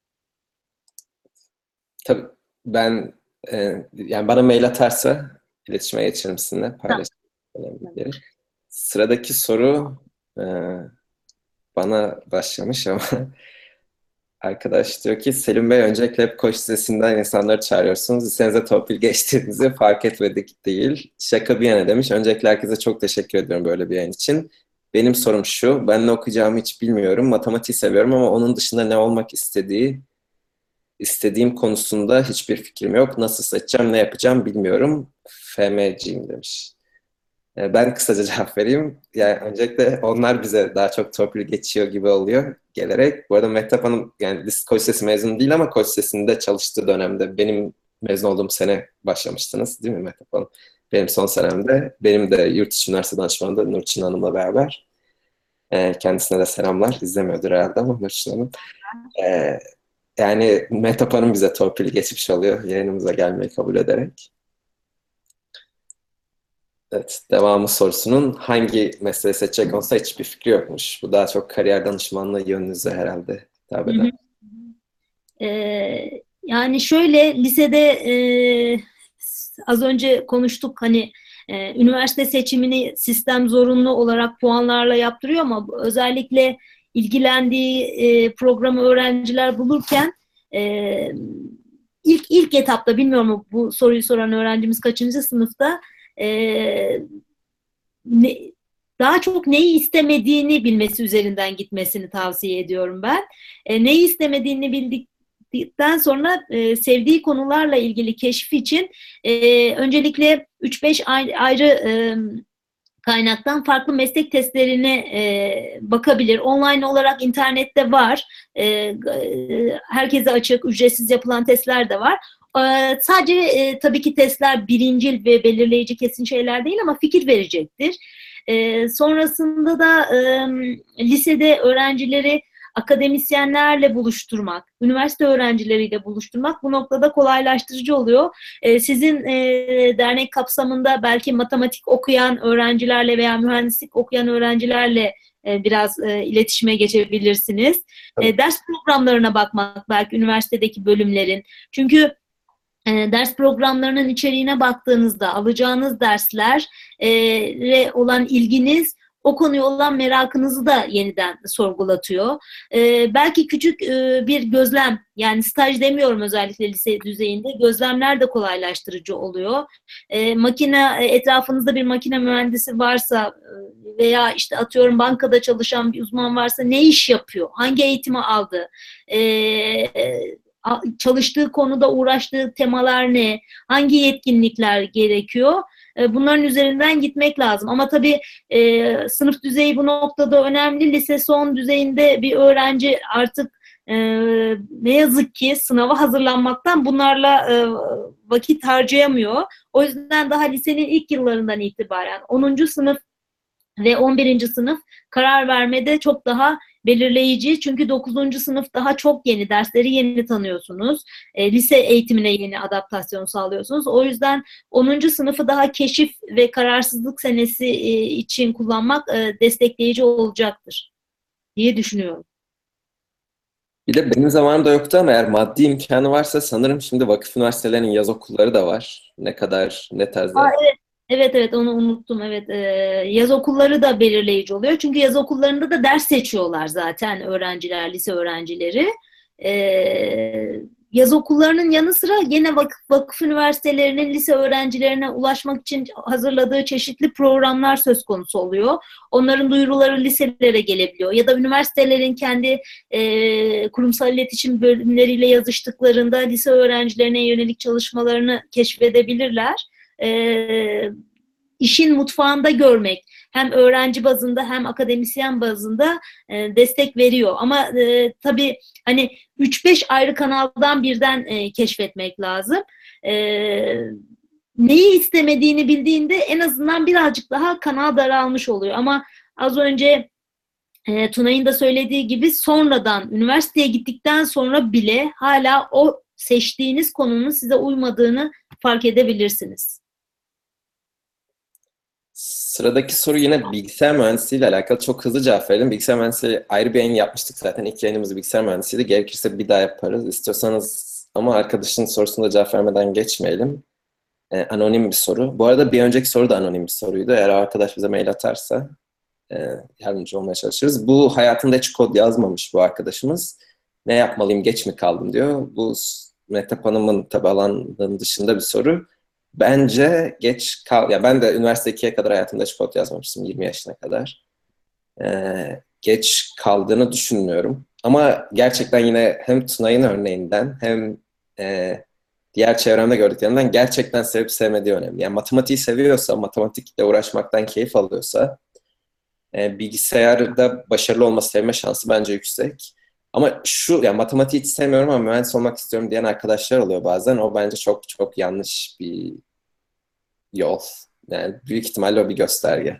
Tabii ben e, yani bana mail atarsa iletişime geçerim sizinle, paylaşırım. Sıradaki soru e, bana başlamış ama arkadaş diyor ki Selim Bey, öncelikle hep koç lisesinden insanları çağırıyorsunuz. Lisenize torpil geçtiğinizi fark etmedik değil. Şaka bir yana demiş. Öncelikle herkese çok teşekkür ediyorum böyle bir yayın için. Benim sorum şu, ben ne okuyacağımı hiç bilmiyorum. Matematiği seviyorum ama onun dışında ne olmak istediği, istediğim konusunda hiçbir fikrim yok. Nasıl seçeceğim, ne yapacağım bilmiyorum. F M C'yim demiş. Ben kısaca cevap vereyim. Yani öncelikle onlar bize daha çok torpil geçiyor gibi oluyor gelerek. Bu arada Mehtap Hanım yani koç lisesi mezunu değil ama koç lisesinde çalıştığı dönemde benim mezun olduğum sene başlamıştınız değil mi Mehtap Hanım? Benim son senemde. Benim de yurt içi üniversite danışmanı Nurçin Hanım'la beraber. Kendisine de selamlar. İzlemiyordur herhalde ama Nurçin Hanım. Yani Mehtap Hanım bize torpil geçmiş oluyor yayınımıza gelmeyi kabul ederek. Evet, devamı sorusunun hangi mesleği seçecek olsa hiçbir fikri yokmuş. Bu daha çok kariyer danışmanlığı yönünüze herhalde hitap eder. Ee, yani şöyle lisede e, az önce konuştuk hani e, üniversite seçimini sistem zorunlu olarak puanlarla yaptırıyor ama özellikle ilgilendiği e, programı öğrenciler bulurken e, ilk ilk etapta bilmiyorum bu soruyu soran öğrencimiz kaçıncı sınıfta Ee, ne, daha çok neyi istemediğini bilmesi üzerinden gitmesini tavsiye ediyorum ben. E, neyi istemediğini bildikten sonra e, sevdiği konularla ilgili keşif için e, öncelikle üç beş ayrı e, kaynaktan farklı meslek testlerine e, bakabilir. Online olarak internette var. E, e, herkese açık, ücretsiz yapılan testler de var. Ee, sadece e, tabii ki testler birincil ve belirleyici kesin şeyler değil ama fikir verecektir. Ee, sonrasında da e, lisede öğrencileri akademisyenlerle buluşturmak, üniversite öğrencileriyle buluşturmak bu noktada kolaylaştırıcı oluyor. Ee, sizin e, dernek kapsamında belki matematik okuyan öğrencilerle veya mühendislik okuyan öğrencilerle e, biraz e, iletişime geçebilirsiniz. E, ders programlarına bakmak belki üniversitedeki bölümlerin. Çünkü E, ders programlarının içeriğine baktığınızda alacağınız derslere olan ilginiz o konuya olan merakınızı da yeniden sorgulatıyor. E, belki küçük e, bir gözlem, yani staj demiyorum özellikle lise düzeyinde, gözlemler de kolaylaştırıcı oluyor. E, makine etrafınızda bir makine mühendisi varsa veya işte atıyorum bankada çalışan bir uzman varsa ne iş yapıyor, hangi eğitimi aldı, e, çalıştığı konuda uğraştığı temalar ne, hangi yetkinlikler gerekiyor, bunların üzerinden gitmek lazım. Ama tabii e, sınıf düzeyi bu noktada önemli. Lise son düzeyinde bir öğrenci artık e, ne yazık ki sınava hazırlanmaktan bunlarla e, vakit harcayamıyor. O yüzden daha lisenin ilk yıllarından itibaren onuncu sınıf ve on birinci sınıf karar vermede çok daha belirleyici. Çünkü dokuzuncu sınıf daha çok yeni, dersleri yeni tanıyorsunuz. E, lise eğitimine yeni adaptasyon sağlıyorsunuz. O yüzden onuncu sınıfı daha keşif ve kararsızlık senesi e, için kullanmak e, destekleyici olacaktır diye düşünüyorum. Bir de benim zamanımda yoktu ama eğer maddi imkanı varsa sanırım şimdi vakıf üniversitelerinin yaz okulları da var. Ne kadar, ne tarzda? Aa, evet. Evet evet onu unuttum. Evet ee, yaz okulları da belirleyici oluyor. Çünkü yaz okullarında da ders seçiyorlar zaten öğrenciler, lise öğrencileri. Ee, yaz okullarının yanı sıra yine vakıf, vakıf üniversitelerinin lise öğrencilerine ulaşmak için hazırladığı çeşitli programlar söz konusu oluyor. Onların duyuruları liselere gelebiliyor. Ya da üniversitelerin kendi e, kurumsal iletişim bölümleriyle yazıştıklarında lise öğrencilerine yönelik çalışmalarını keşfedebilirler. e, işin mutfağında görmek hem öğrenci bazında hem akademisyen bazında e, destek veriyor. Ama e, tabii hani üç beş ayrı kanaldan birden e, keşfetmek lazım. E, neyi istemediğini bildiğinde en azından birazcık daha kanal daralmış oluyor. Ama az önce e, Tunay'ın da söylediği gibi sonradan üniversiteye gittikten sonra bile hala o seçtiğiniz konunun size uymadığını fark edebilirsiniz. Sıradaki soru yine bilgisayar mühendisliği ile alakalı. Çok hızlı cevap verelim. Bilgisayar mühendisliği ayrı bir yayın yapmıştık zaten. İlk yayınımız bilgisayar mühendisliğiydi. Gerekirse bir daha yaparız. İstiyorsanız ama arkadaşın sorusuna cevap vermeden geçmeyelim. Ee, anonim bir soru. Bu arada bir önceki soru da anonim bir soruydu. Eğer o arkadaş bize mail atarsa e, yardımcı olmaya çalışırız. Bu hayatında hiç kod yazmamış bu arkadaşımız. Ne yapmalıyım, geç mi kaldım diyor. Bu Mehtap Hanım'ın tabi alanının dışında bir soru. Bence geç kal... Ya ben de üniversite ikiye kadar hayatımda hiç kod yazmamıştım yirmi yaşına kadar. Ee, geç kaldığını düşünmüyorum. Ama gerçekten yine hem Tunay'ın örneğinden hem e, diğer çevremde gördüklerimden gerçekten sevip sevmediği önemli. Yani matematiği seviyorsa, matematikle uğraşmaktan keyif alıyorsa e, bilgisayarda başarılı olma sevme şansı bence yüksek. Ama şu, yani matematiği hiç sevmiyorum ama mühendis olmak istiyorum diyen arkadaşlar oluyor bazen. O bence çok çok yanlış bir yol. Yani büyük ihtimalle o bir gösterge.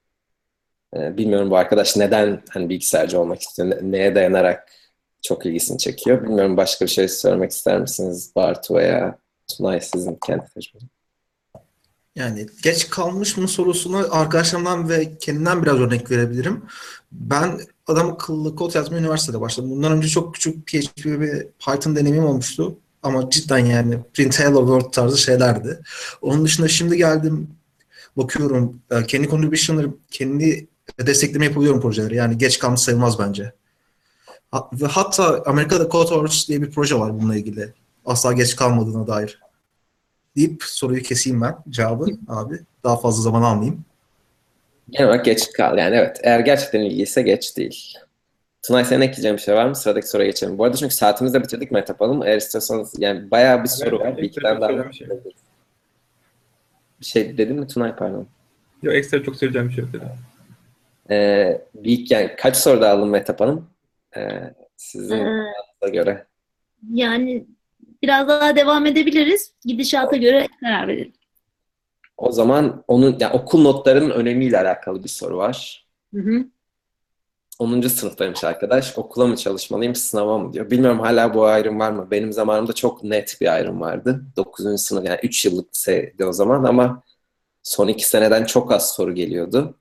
Ee, bilmiyorum bu arkadaş neden hani bilgisayarcı olmak istiyor, ne- neye dayanarak çok ilgisini çekiyor. Bilmiyorum başka bir şey söylemek ister misiniz Bartu veya Tunay sizin kendi tecrübeniz? Yani geç kalmış mı sorusuna arkadaşlarımdan ve kendimden biraz örnek verebilirim. Ben adam akıllı kod yazmaya üniversitede başladım. Bundan önce çok küçük P H P ve Python deneyimim olmuştu. Ama cidden yani print hello world tarzı şeylerdi. Onun dışında şimdi geldim, bakıyorum e, kendi contribution'ları, kendi destekleme yapabiliyorum projeleri. Yani geç kalmış sayılmaz bence. Ha- Ve hatta Amerika'da CodeWars diye bir proje var bununla ilgili. Asla geç kalmadığına dair. Deyip soruyu keseyim ben cevabı abi. Daha fazla zaman almayayım. Genel olarak geç kal. Yani evet eğer gerçekten ilgiyse geç değil. Tunay senin ekleyeceğin bir şey var mı? Sıradaki soruya geçelim. Bu arada çünkü saatimizi de bitirdik Mehtap Hanım. Eğer istiyorsanız yani bayağı bir soru var. Bir iki Ekstra tane çok daha söyleyeceğim bir şey. bir şey dedin mi Tunay pardon. Yok, ekstra çok söyleyeceğim bir şey yok dedim. Ee, bir, yani kaç soru daha alın Mehtap Hanım? Ee, sizin Ee, da göre. yani biraz daha devam edebiliriz. Gidişata göre karar verelim. O zaman onun yani okul notlarının önemiyle alakalı bir soru var. Hı hı. onuncu sınıftaymış arkadaş. Okula mı çalışmalıyım, sınava mı diyor. Bilmiyorum hala bu ayrım var mı? Benim zamanımda çok net bir ayrım vardı. dokuzuncu sınıf yani üç yıllık liseydi o zaman ama son iki seneden çok az soru geliyordu.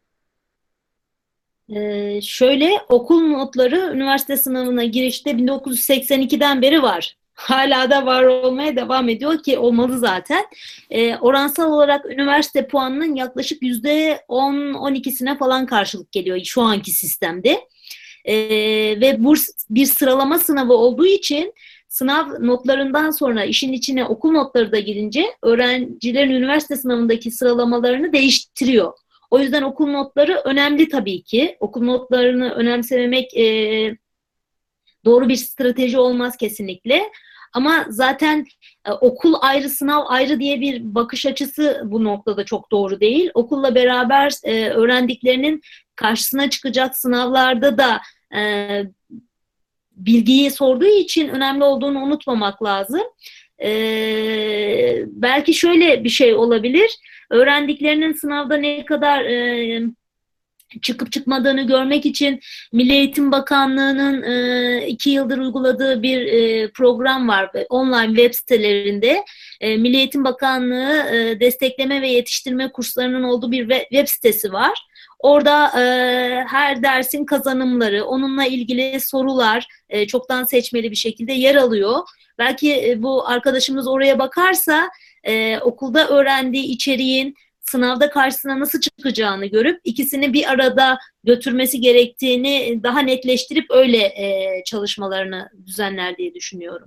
Ee, şöyle okul notları üniversite sınavına girişte bin dokuz yüz seksen ikiden beri var. Hala da var olmaya devam ediyor ki olmalı zaten. Ee, oransal olarak üniversite puanının yaklaşık yüzde on on ikisine falan karşılık geliyor şu anki sistemde. Ee, ve bu bir sıralama sınavı olduğu için sınav notlarından sonra işin içine okul notları da girince öğrencilerin üniversite sınavındaki sıralamalarını değiştiriyor. O yüzden okul notları önemli tabii ki. Okul notlarını önemsememek e, doğru bir strateji olmaz kesinlikle. Ama zaten e, okul ayrı, sınav ayrı diye bir bakış açısı bu noktada çok doğru değil. Okulla beraber e, öğrendiklerinin karşısına çıkacak sınavlarda da e, bilgiyi sorduğu için önemli olduğunu unutmamak lazım. Ee, belki şöyle bir şey olabilir. Öğrendiklerinin sınavda ne kadar e, çıkıp çıkmadığını görmek için Milli Eğitim Bakanlığı'nın e, iki yıldır uyguladığı bir e, program var. Online web sitelerinde e, Milli Eğitim Bakanlığı e, destekleme ve yetiştirme kurslarının olduğu bir web, web sitesi var. Orada e, her dersin kazanımları, onunla ilgili sorular e, çoktan seçmeli bir şekilde yer alıyor. Belki e, bu arkadaşımız oraya bakarsa e, okulda öğrendiği içeriğin sınavda karşısına nasıl çıkacağını görüp ikisini bir arada götürmesi gerektiğini daha netleştirip öyle e, çalışmalarını düzenler diye düşünüyorum.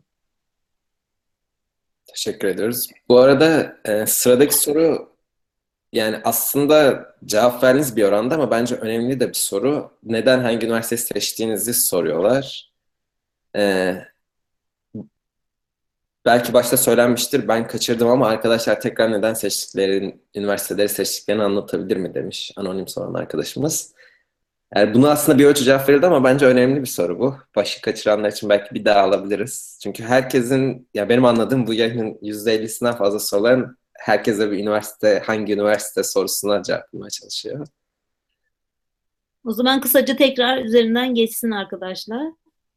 Teşekkür ediyoruz. Bu arada e, sıradaki soru yani aslında cevap verdiğiniz bir oranda ama bence önemli de bir soru. Neden hangi üniversiteyi seçtiğinizi soruyorlar. Ee, belki başta söylenmiştir, ben kaçırdım ama arkadaşlar tekrar neden seçtiklerini, üniversiteleri seçtiklerini anlatabilir mi demiş anonim soran arkadaşımız. Yani buna aslında bir ölçü cevap verildi ama bence önemli bir soru bu. Başı kaçıranlar için belki bir daha alabiliriz. Çünkü herkesin, ya benim anladığım bu yayının yüzde ellisinden fazla soruların herkese bir üniversite, hangi üniversite sorusuna cevap bulmaya çalışıyor. O zaman kısaca tekrar üzerinden geçsin arkadaşlar.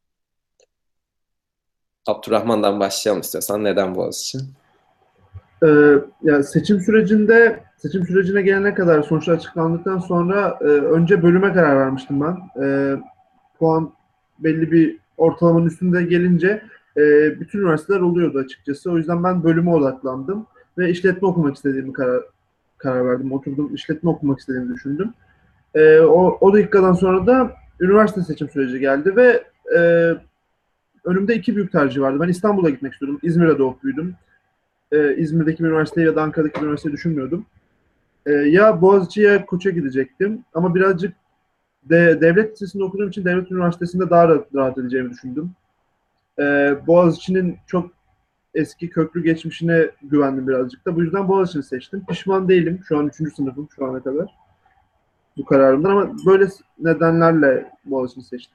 Abdurrahman'dan başlayalım istiyorsan. Neden Boğaziçi? Ee, ya seçim sürecinde seçim sürecine gelene kadar sonuçlar açıklandıktan sonra e, önce bölüme karar vermiştim ben. E, puan belli bir ortalamanın üstünde gelince e, bütün üniversiteler oluyordu açıkçası. O yüzden ben bölüme odaklandım ve işletme okumak istediğimi karar, karar verdim. Oturdum, işletme okumak istediğimi düşündüm. E, o, o dakikadan sonra da üniversite seçim süreci geldi ve e, önümde iki büyük tercih vardı. Ben İstanbul'a gitmek istiyordum. İzmir'de doğup büyüdüm. Ee, İzmir'deki bir üniversiteyi ya da Ankara'daki bir üniversiteyi düşünmüyordum. Ee, ya Boğaziçi ya Koç'a gidecektim. Ama birazcık de, devlet lisesinde okuduğum için devlet üniversitesinde daha rahat, rahat edeceğimi düşündüm. Ee, Boğaziçi'nin çok eski köklü geçmişine güvendim birazcık da. Bu yüzden Boğaziçi'ni seçtim. Pişman değilim. Şu an üçüncü sınıfım şu ana kadar. Bu kararımdan ama böyle nedenlerle Boğaziçi'ni seçtim.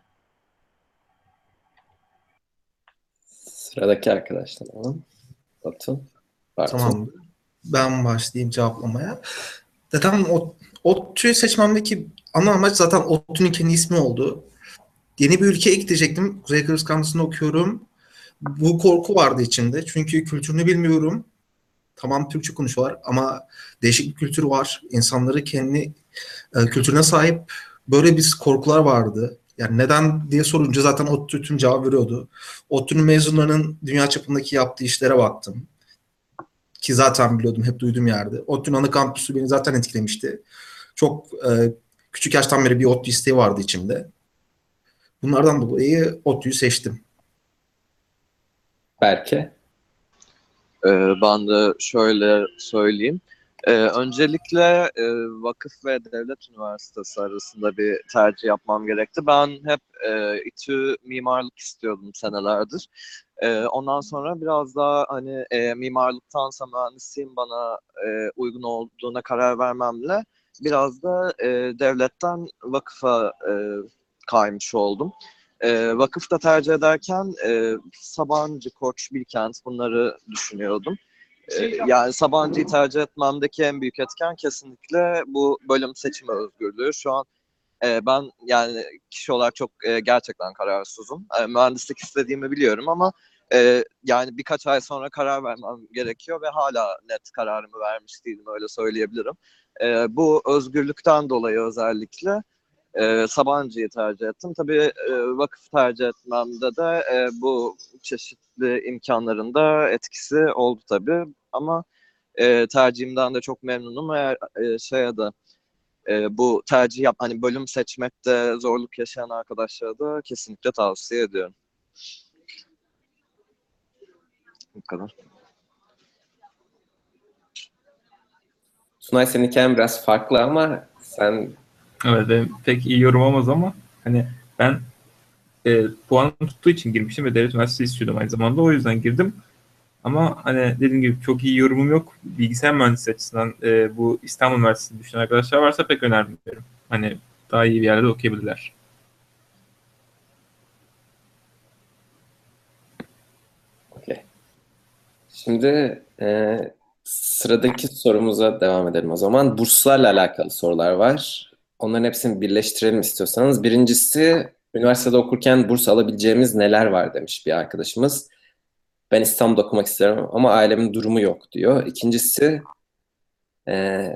Sıradaki arkadaşlar alalım. Batu. Bartu. Tamam. Ben başlayayım cevaplamaya. Zaten o ODTÜ'yü seçmemdeki ana amaç zaten ODTÜ'nün kendi ismi oldu. Yeni bir ülkeye gidecektim. Kuzey Kıbrıs kampüsünde okuyorum. Bu korku vardı içimde. Çünkü kültürünü bilmiyorum. Tamam, Türkçe konuşuyorlar ama değişik bir kültür var. İnsanları kendi e, kültürüne sahip. Böyle bir korkular vardı. Yani neden diye sorunca zaten ODTÜ tüm cevap veriyordu. ODTÜ'nün mezunlarının dünya çapındaki yaptığı işlere baktım. Ki zaten biliyordum, hep duyduğum yerde. ODTÜ'nün ana kampüsü beni zaten etkilemişti. Çok e, küçük yaştan beri bir ODTÜ isteği vardı içimde. Bunlardan dolayı ODTÜ'yü seçtim. Berke. Ee, ben de şöyle söyleyeyim. Ee, öncelikle e, vakıf ve devlet üniversitesi arasında bir tercih yapmam gerekti. Ben hep e, İTÜ mimarlık istiyordum senelerdir. E, ondan sonra biraz daha hani e, mimarlıktansa mühendisliğin bana e, uygun olduğuna karar vermemle biraz da e, devletten vakıfa e, kaymış oldum. E, vakıfta tercih ederken e, Sabancı, Koç, Bilkent bunları düşünüyordum. E, yani Sabancı'yı tercih etmemdeki en büyük etken kesinlikle bu bölüm seçimi özgürlüğü. Şu an e, ben yani kişi olarak çok e, gerçekten kararsızım. E, mühendislik istediğimi biliyorum ama e, yani birkaç ay sonra karar vermem gerekiyor ve hala net kararımı vermiş değilim, öyle söyleyebilirim. E, bu özgürlükten dolayı özellikle e, Sabancı'yı tercih ettim. Tabii e, vakıf tercih etmemde de e, bu çeşitli imkanların da etkisi oldu tabii. Ama e, tercihimden de çok memnunum. Eğer e, şeye de e, bu tercih yap, hani bölüm seçmekte zorluk yaşayan arkadaşlara da kesinlikle tavsiye ediyorum. Bu kadar. Sunay, senin hikayen biraz farklı ama sen... Evet, benim pek iyi yorumlamaz ama hani ben e, puanım tuttuğu için girmiştim ve devlet üniversitesi istiyordum aynı zamanda. O yüzden girdim. Ama hani dediğim gibi çok iyi yorumum yok. Bilgisayar mühendisliği açısından e, bu İstanbul Üniversitesi'ni düşünen arkadaşlar varsa pek önermiyorum. Hani daha iyi bir yerde okuyabilirler. Okay. Şimdi e, sıradaki sorumuza devam edelim o zaman. Burslarla alakalı sorular var. Onların hepsini birleştirelim istiyorsanız. Birincisi, üniversitede okurken burs alabileceğimiz neler var demiş bir arkadaşımız. Ben İstanbul'da okumak isterim ama ailemin durumu yok diyor. İkincisi, e,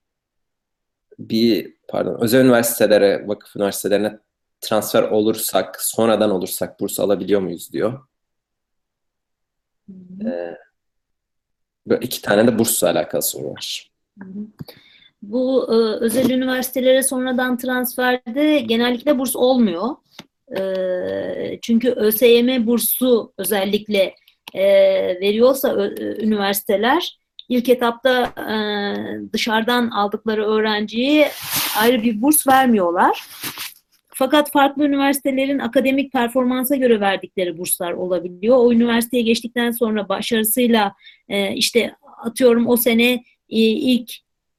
bir pardon özel üniversitelere, vakıf üniversitelerine transfer olursak, sonradan olursak burs alabiliyor muyuz diyor. E, böyle iki tane de bursla alakalı soru var. Bu e, özel üniversitelere sonradan transferde genellikle burs olmuyor. E, çünkü ÖSYM bursu özellikle e, veriyorsa ö, üniversiteler ilk etapta e, dışarıdan aldıkları öğrenciye ayrı bir burs vermiyorlar. fakat farklı üniversitelerin akademik performansa göre verdikleri burslar olabiliyor. O üniversiteye geçtikten sonra başarısıyla e, işte atıyorum o sene e, ilk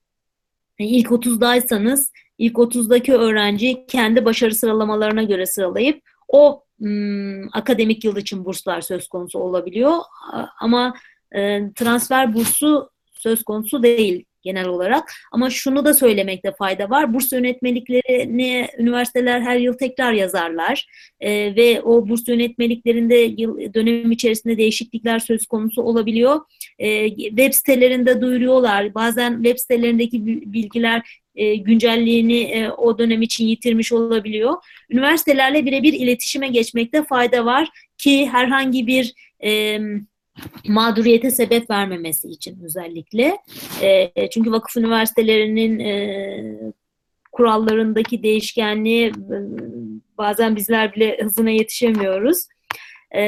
ilk otuzdaysanız ilk otuzdaki öğrenci kendi başarı sıralamalarına göre sıralayıp o m, akademik yıl için burslar söz konusu olabiliyor. Ama e, transfer bursu söz konusu değil genel olarak. Ama şunu da söylemekte fayda var. Burs yönetmeliklerini üniversiteler her yıl tekrar yazarlar. E, ve o burs yönetmeliklerinde yıl, dönem içerisinde değişiklikler söz konusu olabiliyor. E, web sitelerinde duyuruyorlar. Bazen web sitelerindeki bilgiler e, güncelliğini e, o dönem için yitirmiş olabiliyor. Üniversitelerle birebir iletişime geçmekte fayda var ki herhangi bir e, mağduriyete sebep vermemesi için özellikle. E, çünkü vakıf üniversitelerinin e, kurallarındaki değişkenliği e, bazen bizler bile hızına yetişemiyoruz. E,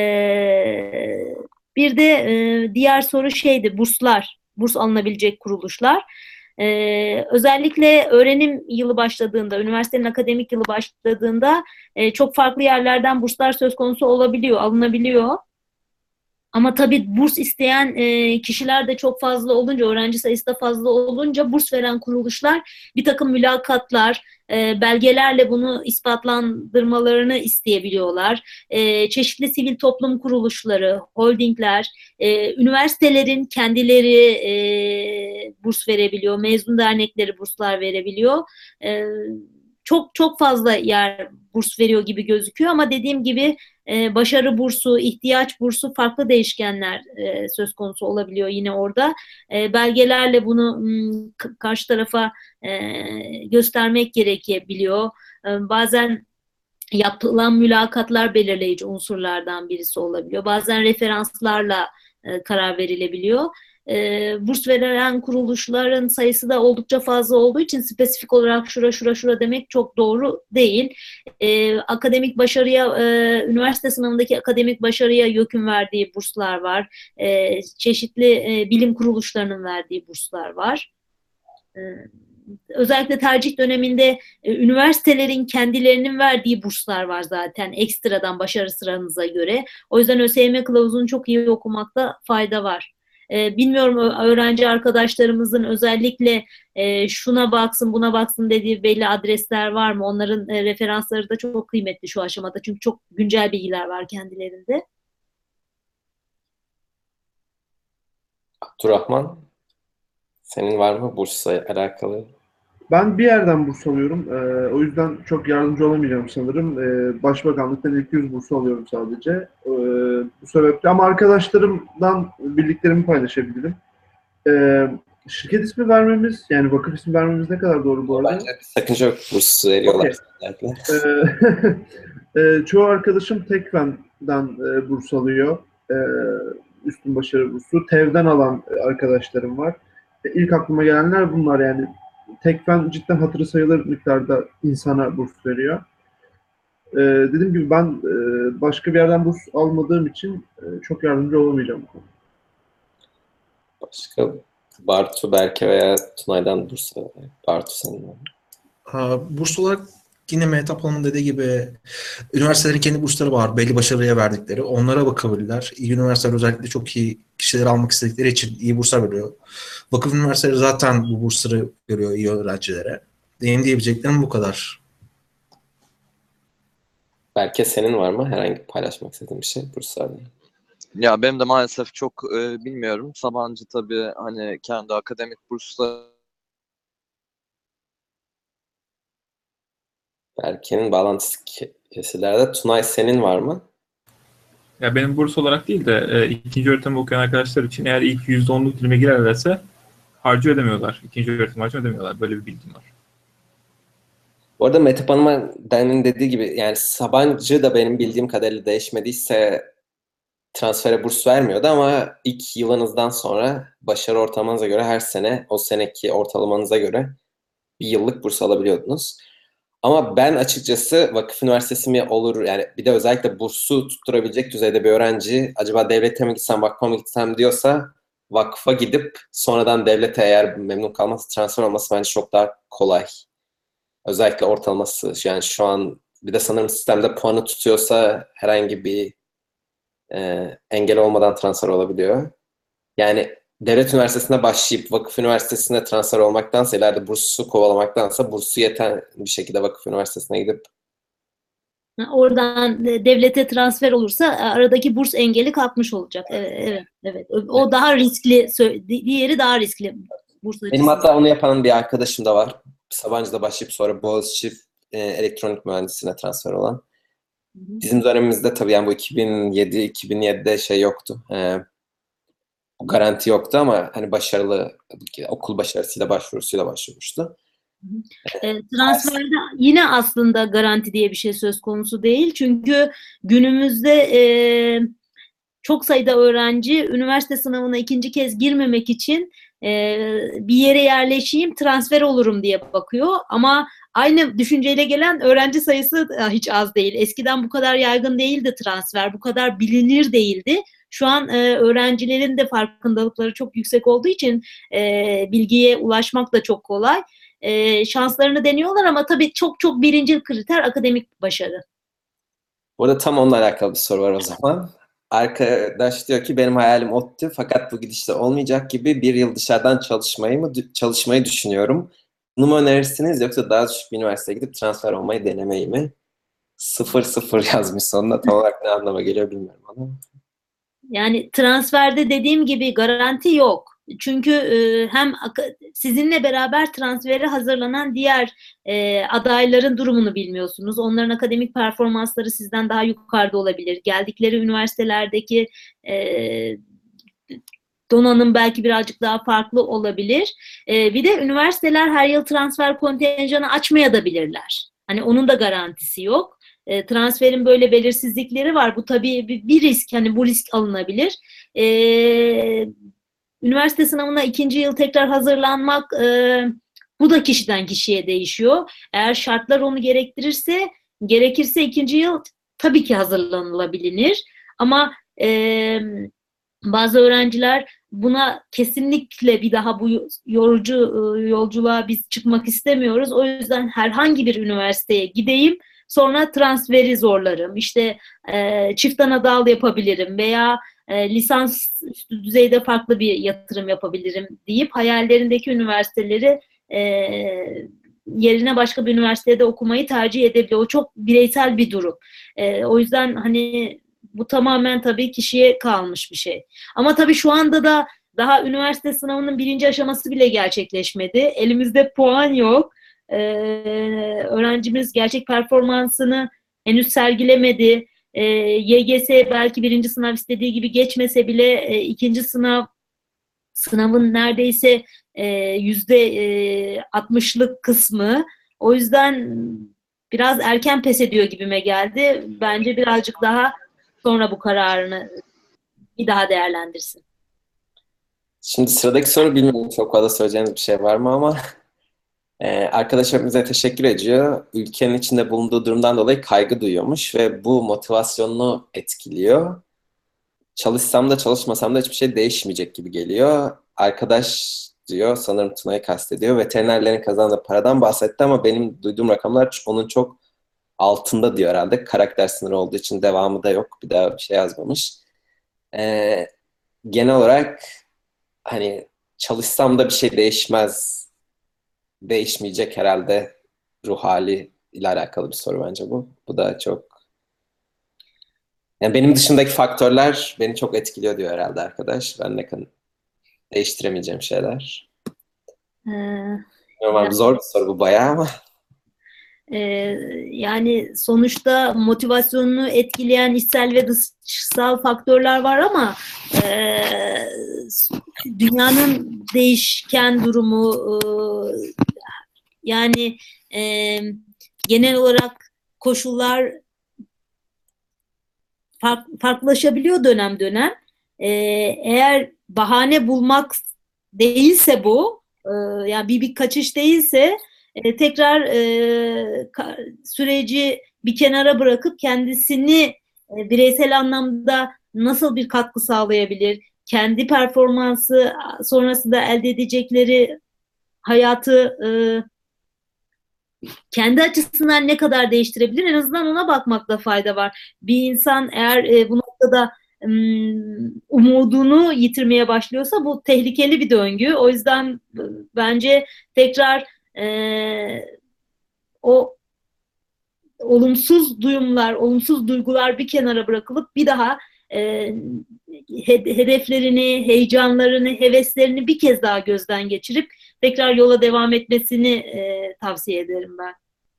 bir de e, diğer soru şeydi, burslar, burs alınabilecek kuruluşlar. Ee, özellikle öğrenim yılı başladığında, üniversitenin akademik yılı başladığında e, çok farklı yerlerden burslar söz konusu olabiliyor, alınabiliyor. Ama tabii burs isteyen e, kişiler de çok fazla olunca, öğrenci sayısı da fazla olunca burs veren kuruluşlar bir takım mülakatlar, e, belgelerle bunu ispatlandırmalarını isteyebiliyorlar. E, çeşitli sivil toplum kuruluşları, holdingler, e, üniversitelerin kendileri e, burs verebiliyor, mezun dernekleri burslar verebiliyor. E, çok çok fazla yer burs veriyor gibi gözüküyor ama dediğim gibi Ee, başarı bursu, ihtiyaç bursu farklı değişkenler e, söz konusu olabiliyor yine orada. E, belgelerle bunu m, karşı tarafa e, göstermek gerekebiliyor. E, bazen yapılan mülakatlar belirleyici unsurlardan birisi olabiliyor. Bazen referanslarla e, karar verilebiliyor. E, burs veren kuruluşların sayısı da oldukça fazla olduğu için spesifik olarak şura şura şura demek çok doğru değil. E, akademik başarıya, e, üniversite sınavındaki akademik başarıya yökün verdiği burslar var. E, çeşitli e, bilim kuruluşlarının verdiği burslar var. E, özellikle tercih döneminde e, üniversitelerin kendilerinin verdiği burslar var zaten ekstradan başarı sıranıza göre. O yüzden ÖSYM kılavuzunu çok iyi okumakta fayda var. E, bilmiyorum öğrenci arkadaşlarımızın özellikle e, şuna baksın buna baksın dediği belli adresler var mı? Onların e, referansları da çok kıymetli şu aşamada. Çünkü çok güncel bilgiler var kendilerinde. Abdurrahman, senin var mı bursla alakalı? Ben bir yerden burs alıyorum. Ee, o yüzden çok yardımcı olamayacağım sanırım. Ee, Başbakanlıktan ilk yüz burs alıyorum sadece. Ee, bu sebeple ama arkadaşlarımdan bildiklerimi paylaşabilirim. Ee, şirket ismi vermemiz, yani vakıf ismi vermemiz ne kadar doğru bu arada? Bence bir sakınca yok, burs veriyorlar. Okay. Ee, e, çoğu arkadaşım Tekfen'den e, burs alıyor. E, üstün başarı bursu. TEV'den alan arkadaşlarım var. E, ilk aklıma gelenler bunlar yani. Tekfen cidden hatırı sayılır miktarda insana burs veriyor. Ee, dediğim gibi ben e, başka bir yerden burs almadığım için e, çok yardımcı olamayacağım. Başka Bartu, Berke veya Tunay'dan burs alıyor. Bartu senin var. Ha, burs olarak yine Mehtap Hanım'ın dediği gibi üniversitelerin kendi bursları var. Belli başarıya verdikleri. Onlara bakabilirler. İyi üniversiteler özellikle çok iyi kişileri almak istedikleri için iyi burslar veriyor. Vakıf üniversiteleri zaten bu bursları veriyor iyi öğrencilere. Benim diyebileceklerim bu kadar. Belki senin var mı herhangi paylaşmak istediğin bir şey burslarla? Ya benim de maalesef çok e, bilmiyorum. Sabancı tabii hani kendi akademik bursları Berke'nin bağlantısı kesilerde. Tunay, senin var mı? Ya benim burs olarak değil de e, ikinci öğretim okuyan arkadaşlar için eğer ilk yüzde onluk dilime girerlerse harcı ödemiyorlar. İkinci öğretim harcı ödemiyorlar. Böyle bir bilgim var. Bu arada Mehtap Hanım'ın dediği gibi yani Sabancı da benim bildiğim kadarıyla değişmediyse transfere burs vermiyordu ama ilk yılınızdan sonra başarı ortalamanıza göre her sene o seneki ortalamanıza göre bir yıllık burs alabiliyordunuz. Ama ben açıkçası vakıf üniversitesi mi olur yani bir de özellikle bursu tutturabilecek düzeyde bir öğrenci acaba devlete mi gitsem vakfa mı gitsem diyorsa vakfa gidip sonradan devlete eğer memnun kalması transfer olması bence çok daha kolay. Özellikle ortalaması yani şu an bir de sanırım sistemde puanı tutuyorsa herhangi bir e, engel olmadan transfer olabiliyor. Yani devlet üniversitesine başlayıp vakıf üniversitesine transfer olmaktansa, ileride bursu kovalamaktansa bursu yeten bir şekilde vakıf üniversitesine gidip Oradan e, devlete transfer olursa e, aradaki burs engeli kalkmış olacak. Evet, evet, evet. O daha riskli, sö- di- diğeri daha riskli burs benim açısından. hatta onu yapan bir arkadaşım da var. Sabancı'da başlayıp sonra Boğaziçi e, elektronik mühendisliğine transfer olan. Hı hı. Bizim dönemimizde tabii yani bu iki bin yedi iki bin yedide şey yoktu. E, bu garanti yoktu ama hani başarılı okul başarısıyla başvurusuyla başvurmuştu. E, transferde yine aslında garanti diye bir şey söz konusu değil. Çünkü günümüzde e, çok sayıda öğrenci üniversite sınavına ikinci kez girmemek için e, bir yere yerleşeyim, transfer olurum diye bakıyor. Ama aynı düşünceyle gelen öğrenci sayısı da hiç az değil. Eskiden bu kadar yaygın değildi transfer, bu kadar bilinir değildi. Şu an e, öğrencilerin de farkındalıkları çok yüksek olduğu için e, bilgiye ulaşmak da çok kolay. E, şanslarını deniyorlar ama tabii çok çok birinci kriter akademik başarı. Burada tam onunla alakalı bir soru var o zaman. Arkadaş diyor ki benim hayalim ODTÜ fakat bu gidişle olmayacak gibi bir yıl dışarıdan çalışmayı mı çalışmayı düşünüyorum. Bunu mu önerirsiniz yoksa daha düşük bir üniversiteye gidip transfer olmayı denemeyi mi? Sıfır sıfır yazmış sonunda, tam olarak ne anlama geliyor bilmiyorum ama. Yani transferde dediğim gibi garanti yok. Çünkü e, hem ak- sizinle beraber transfere hazırlanan diğer e, adayların durumunu bilmiyorsunuz. Onların akademik performansları sizden daha yukarıda olabilir. Geldikleri üniversitelerdeki e, donanım belki birazcık daha farklı olabilir. E, bir de üniversiteler her yıl transfer kontenjanı açmaya da bilirler. Hani onun da garantisi yok. E, transferin böyle belirsizlikleri var. Bu tabii bir, bir risk. Hani bu risk alınabilir. E, üniversite sınavına ikinci yıl tekrar hazırlanmak e, bu da kişiden kişiye değişiyor. Eğer şartlar onu gerektirirse, gerekirse ikinci yıl tabii ki hazırlanılabilir. Ama e, bazı öğrenciler buna kesinlikle bir daha bu yorucu e, yolculuğa biz çıkmak istemiyoruz. O yüzden herhangi bir üniversiteye gideyim, sonra transferi zorlarım. İşte e, çift ana dal yapabilirim veya e, lisans üstü düzeyde farklı bir yatırım yapabilirim deyip hayallerindeki üniversiteleri e, yerine başka bir üniversitede okumayı tercih edebiliyor. O çok bireysel bir durum. E, o yüzden hani bu tamamen tabii kişiye kalmış bir şey. Ama tabii şu anda da daha üniversite sınavının birinci aşaması bile gerçekleşmedi. Elimizde puan yok. Ee, öğrencimiz gerçek performansını henüz sergilemedi. Ee, Y G S belki birinci sınav istediği gibi geçmese bile e, ikinci sınav sınavın neredeyse e, yüzde e, altmışlık kısmı. O yüzden biraz erken pes ediyor gibime geldi. Bence birazcık daha sonra bu kararını bir daha değerlendirsin. Şimdi sıradaki soru, bilmiyorum çok fazla söyleyeceğiniz bir şey var mı ama e, arkadaş hepimize teşekkür ediyor. Ülkenin içinde bulunduğu durumdan dolayı kaygı duyuyormuş ve bu motivasyonunu etkiliyor. Çalışsam da çalışmasam da hiçbir şey değişmeyecek gibi geliyor. Arkadaş diyor, sanırım Tuna'yı kastediyor. Veterinerlerin kazandığı paradan bahsetti ama benim duyduğum rakamlar onun çok altında diyor herhalde. Karakter sınırı olduğu için devamı da yok. Bir daha bir şey yazmamış. Ee, genel olarak hani çalışsam da bir şey değişmez, değişmeyecek herhalde ruh hali ile alakalı bir soru bence bu. Bu da çok... Yani benim dışındaki faktörler beni çok etkiliyor diyor herhalde arkadaş. Ben ne kadar değiştiremeyeceğim şeyler. Ee, Normal zor bir soru bu bayağı ama. e, yani sonuçta motivasyonunu etkileyen içsel ve dışsal faktörler var ama e, dünyanın değişken durumu e, yani e, genel olarak koşullar fark, farklılaşabiliyor dönem dönem. Ee, eğer bahane bulmak değilse bu, e, yani bir, bir kaçış değilse e, tekrar e, ka- süreci bir kenara bırakıp kendisini e, bireysel anlamda nasıl bir katkı sağlayabilir, kendi performansı sonrasında elde edecekleri hayatı e, kendi açısından ne kadar değiştirebilir? En azından ona bakmakta fayda var. Bir insan eğer e, bu noktada ım, umudunu yitirmeye başlıyorsa bu tehlikeli bir döngü. O yüzden e, bence tekrar e, o olumsuz duyumlar, olumsuz duygular bir kenara bırakılıp bir daha e, hedeflerini, heyecanlarını, heveslerini bir kez daha gözden geçirip tekrar yola devam etmesini e, tavsiye ederim ben.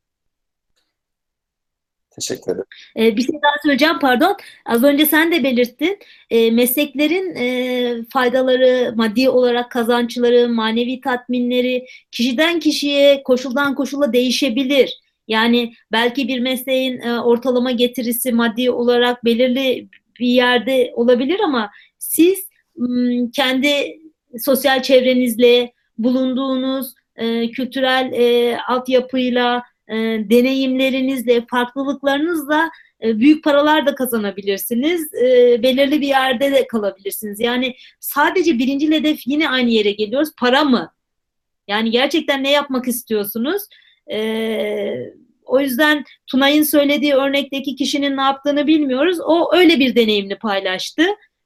Teşekkür ederim. E, bir şey daha söyleyeceğim, pardon. Az önce sen de belirttin. E, mesleklerin e, faydaları, maddi olarak kazançları, manevi tatminleri kişiden kişiye, koşuldan koşula değişebilir. Yani belki bir mesleğin e, ortalama getirisi maddi olarak belirli bir yerde olabilir ama siz m, kendi sosyal çevrenizle, bulunduğunuz e, kültürel e, altyapıyla, e, deneyimlerinizle, farklılıklarınızla e, büyük paralar da kazanabilirsiniz. E, belirli bir yerde de kalabilirsiniz. Yani sadece birinci hedef yine aynı yere geliyoruz. Para mı? Yani gerçekten ne yapmak istiyorsunuz? E, o yüzden Tunay'ın söylediği örnekteki kişinin ne yaptığını bilmiyoruz. O öyle bir deneyimini paylaştı.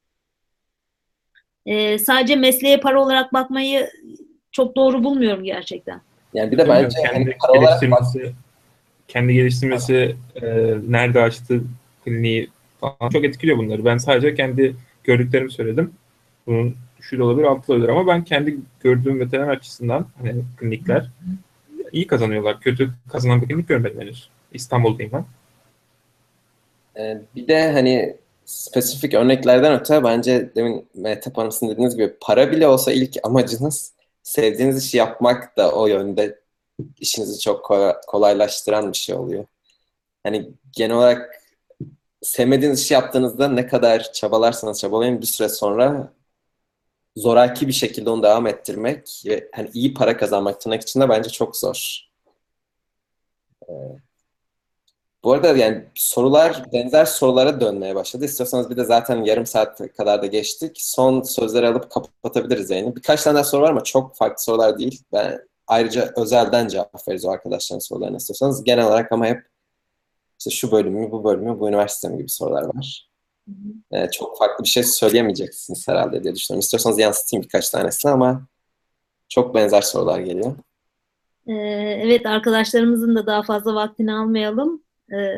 E, sadece mesleğe para olarak bakmayı çok doğru bulmuyorum gerçekten. Yani bir de Bilmiyorum, bence hani kendi para olarak bak- geliştirmesi, kendi geliştirmesi, e, nerede açtı kliniği falan çok etkiliyor bunları. Ben sadece kendi gördüklerimi söyledim. Bunun şu da olabilir, altı da olabilir ama ben kendi gördüğüm veteriner açısından hani klinikler iyi kazanıyorlar. Kötü kazanan bir klinik görmedim henüz. İstanbul'dayım ben. Ee, bir de hani spesifik örneklerden öte bence demin Mehtap Hanım sizin dediğiniz gibi para bile olsa ilk amacınız sevdiğiniz işi yapmak da o yönde işinizi çok kolay- kolaylaştıran bir şey oluyor. Hani genel olarak sevmediğiniz işi yaptığınızda ne kadar çabalarsanız çabalayın bir süre sonra zoraki bir şekilde onu devam ettirmek ve hani iyi para kazanmak tırnak içinde bence çok zor. Ee, Bu arada yani sorular benzer sorulara dönmeye başladı. İstiyorsanız bir de zaten yarım saat kadar da geçtik. Son sözleri alıp kapatabiliriz yayını. Birkaç tane daha soru var ama çok farklı sorular değil. Ben ayrıca özelden cevap veririz o arkadaşların sorularını istiyorsanız. Genel olarak ama hep işte şu bölümü, bu bölümü, bu üniversite mi gibi sorular var. Ee, çok farklı bir şey söyleyemeyeceksiniz herhalde diye düşünüyorum. İstiyorsanız yansıtayım birkaç tanesini ama çok benzer sorular geliyor. Ee, evet, arkadaşlarımızın da daha fazla vaktini almayalım. Ee,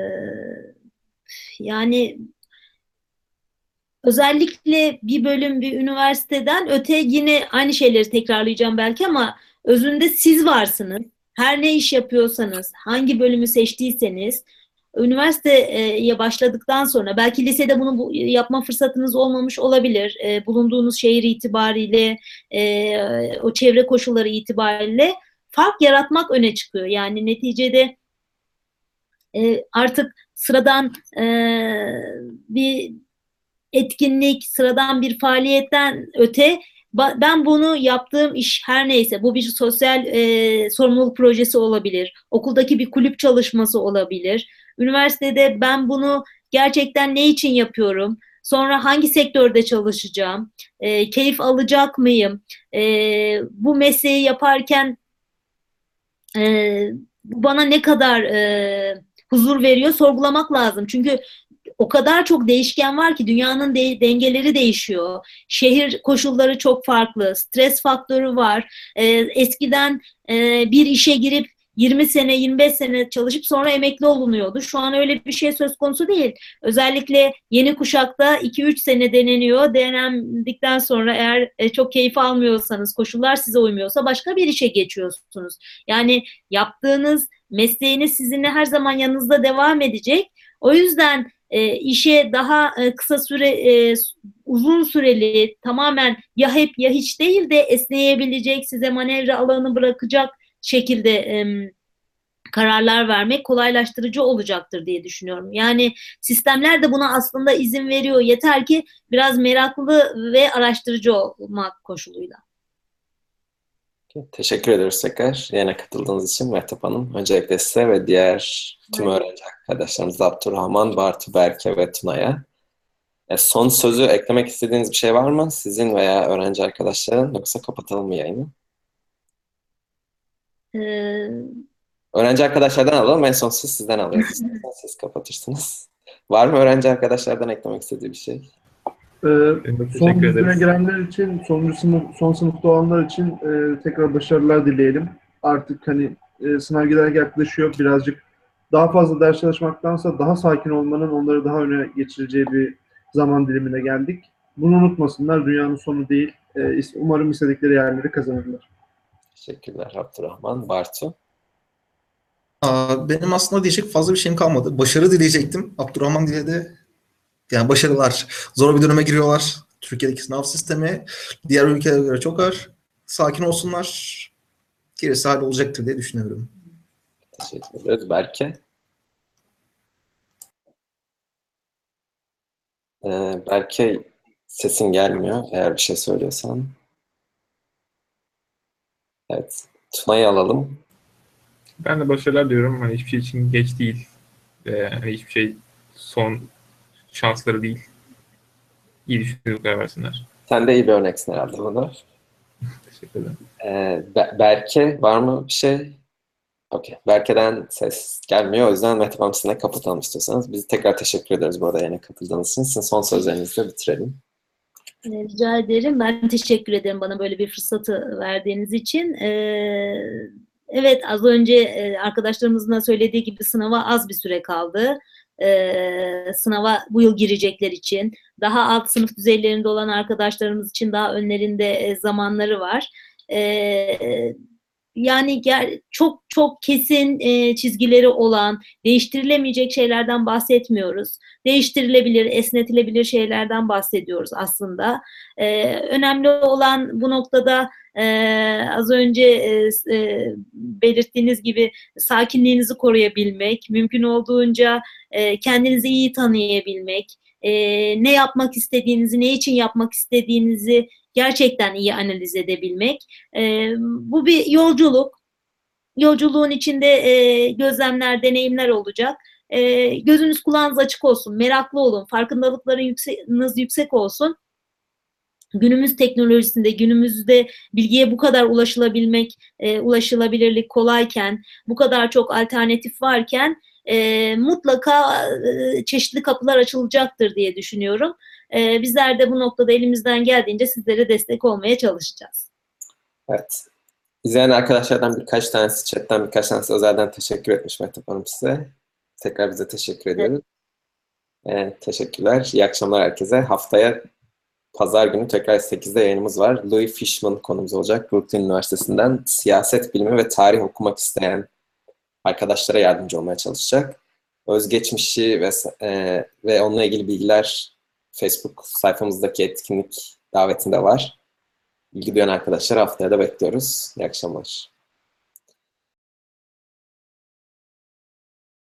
yani özellikle bir bölüm bir üniversiteden öte yine aynı şeyleri tekrarlayacağım belki ama özünde siz varsınız. Her ne iş yapıyorsanız, hangi bölümü seçtiyseniz üniversiteye başladıktan sonra belki lisede bunu bu- yapma fırsatınız olmamış olabilir. E, bulunduğunuz şehir itibariyle, e, o çevre koşulları itibariyle fark yaratmak öne çıkıyor. Yani neticede e, artık sıradan e, bir etkinlik, sıradan bir faaliyetten öte ben bunu yaptığım iş her neyse bu bir sosyal e, sorumluluk projesi olabilir, okuldaki bir kulüp çalışması olabilir. Üniversitede ben bunu gerçekten ne için yapıyorum? Sonra hangi sektörde çalışacağım? E, keyif alacak mıyım? E, bu mesleği yaparken e, bu bana ne kadar e, huzur veriyor sorgulamak lazım. Çünkü o kadar çok değişken var ki dünyanın de- dengeleri değişiyor. Şehir koşulları çok farklı. Stres faktörü var. Ee, eskiden e, bir işe girip yirmi sene, yirmi beş sene çalışıp sonra emekli olunuyordu. Şu an öyle bir şey söz konusu değil. Özellikle yeni kuşakta iki üç sene deneniyor. Denendikten sonra eğer e, çok keyif almıyorsanız, koşullar size uymuyorsa başka bir işe geçiyorsunuz. Yani yaptığınız mesleğiniz sizinle her zaman yanınızda devam edecek. O yüzden e, işe daha e, kısa süre, e, uzun süreli, tamamen ya hep ya hiç değil de esneyebilecek, size manevra alanı bırakacak şekilde e, kararlar vermek kolaylaştırıcı olacaktır diye düşünüyorum. Yani sistemler de buna aslında izin veriyor. Yeter ki biraz meraklı ve araştırıcı olmak koşuluyla. Teşekkür ederiz tekrar yayına katıldığınız için Mehtap Hanım. Öncelikle size ve diğer tüm öğrenci arkadaşlarımız Abdurrahman, Bartu, Berke ve Tuna'ya. E, son sözü eklemek istediğiniz bir şey var mı? Sizin veya öğrenci arkadaşların, yoksa kapatalım mı yayını? Ee, Öğrenci arkadaşlardan alalım. En son siz sizden alıyoruz. İsterseniz siz kapatırsınız. Var mı öğrenci arkadaşlardan eklemek istediği bir şey? Ee, Teşekkür son ederiz. sınıfına girenler için, sonuncu sınıf, son sınıfta olanlar için e, tekrar başarılar dileyelim. Artık hani e, sınav giderek yaklaşıyor. Birazcık daha fazla ders çalışmaktansa daha sakin olmanın onları daha öne geçireceği bir zaman dilimine geldik. Bunu unutmasınlar. Dünyanın sonu değil. E, umarım istedikleri yerleri kazanırlar. Teşekkürler Abdurrahman. Bartu? Aa, benim aslında diyecek fazla bir şeyim kalmadı. Başarı dileyecektim. Abdurrahman diledi. Yani başarılar. Zor bir döneme giriyorlar. Türkiye'deki sınav sistemi diğer ülkelere göre çok ağır. Sakin olsunlar. Gerisi hallolacaktır diye düşünüyorum. Teşekkür ederiz. Berke? Ee, Berke sesin gelmiyor eğer bir şey söylüyorsan. Evet. Tuna'yı alalım. Ben de başarılar diyorum. Hani hiçbir şey için geç değil. Ee, hani hiçbir şey son şansları değil. İyi düşündüğü karar versinler. Sen de iyi bir örneksin herhalde buna. Teşekkür ederim. Ee, Be- Berke var mı bir şey? Okey. Berke'den ses gelmiyor. O yüzden Mehtap Hanım sizinle kapatalım istiyorsanız. Biz tekrar teşekkür ederiz bu arada yine katıldığınız için. Sizin son sözlerinizle bitirelim. Ee, Rica ederim. Ben teşekkür ederim bana böyle bir fırsatı verdiğiniz için. Ee, evet, az önce e, arkadaşlarımızın da söylediği gibi sınava az bir süre kaldı. Ee, sınava bu yıl girecekler için. Daha alt sınıf düzeylerinde olan arkadaşlarımız için daha önlerinde e, zamanları var. Ee, Yani ger- çok çok kesin e, çizgileri olan, değiştirilemeyecek şeylerden bahsetmiyoruz. Değiştirilebilir, esnetilebilir şeylerden bahsediyoruz aslında. Ee, önemli olan bu noktada e, az önce e, e, belirttiğiniz gibi sakinliğinizi koruyabilmek, mümkün olduğunca e, kendinizi iyi tanıyabilmek, e, ne yapmak istediğinizi, ne için yapmak istediğinizi gerçekten iyi analiz edebilmek. E, bu bir yolculuk. Yolculuğun içinde e, gözlemler, deneyimler olacak. E, gözünüz kulağınız açık olsun, meraklı olun, farkındalıkların yükseğiniz yüksek olsun. Günümüz teknolojisinde, günümüzde bilgiye bu kadar ulaşılabilmek, e, ulaşılabilirlik kolayken, bu kadar çok alternatif varken e, mutlaka e, çeşitli kapılar açılacaktır diye düşünüyorum. E, bizler de bu noktada elimizden geldiğince sizlere destek olmaya çalışacağız. Evet. İzleyen arkadaşlardan birkaç tanesi, chatten birkaç tanesi özelden teşekkür etmiş Mehtap Hanım size. Tekrar bize teşekkür ediyoruz. Evet, teşekkürler. İyi akşamlar herkese. Haftaya Pazar günü tekrar sekizde yayınımız var. Louis Fishman konumuz olacak. Brooklyn Üniversitesi'nden siyaset bilimi ve tarih okumak isteyen arkadaşlara yardımcı olmaya çalışacak. Özgeçmişi ve, e, ve onunla ilgili bilgiler Facebook sayfamızdaki etkinlik davetinde var. İlgi duyan arkadaşlar haftaya da bekliyoruz. İyi akşamlar.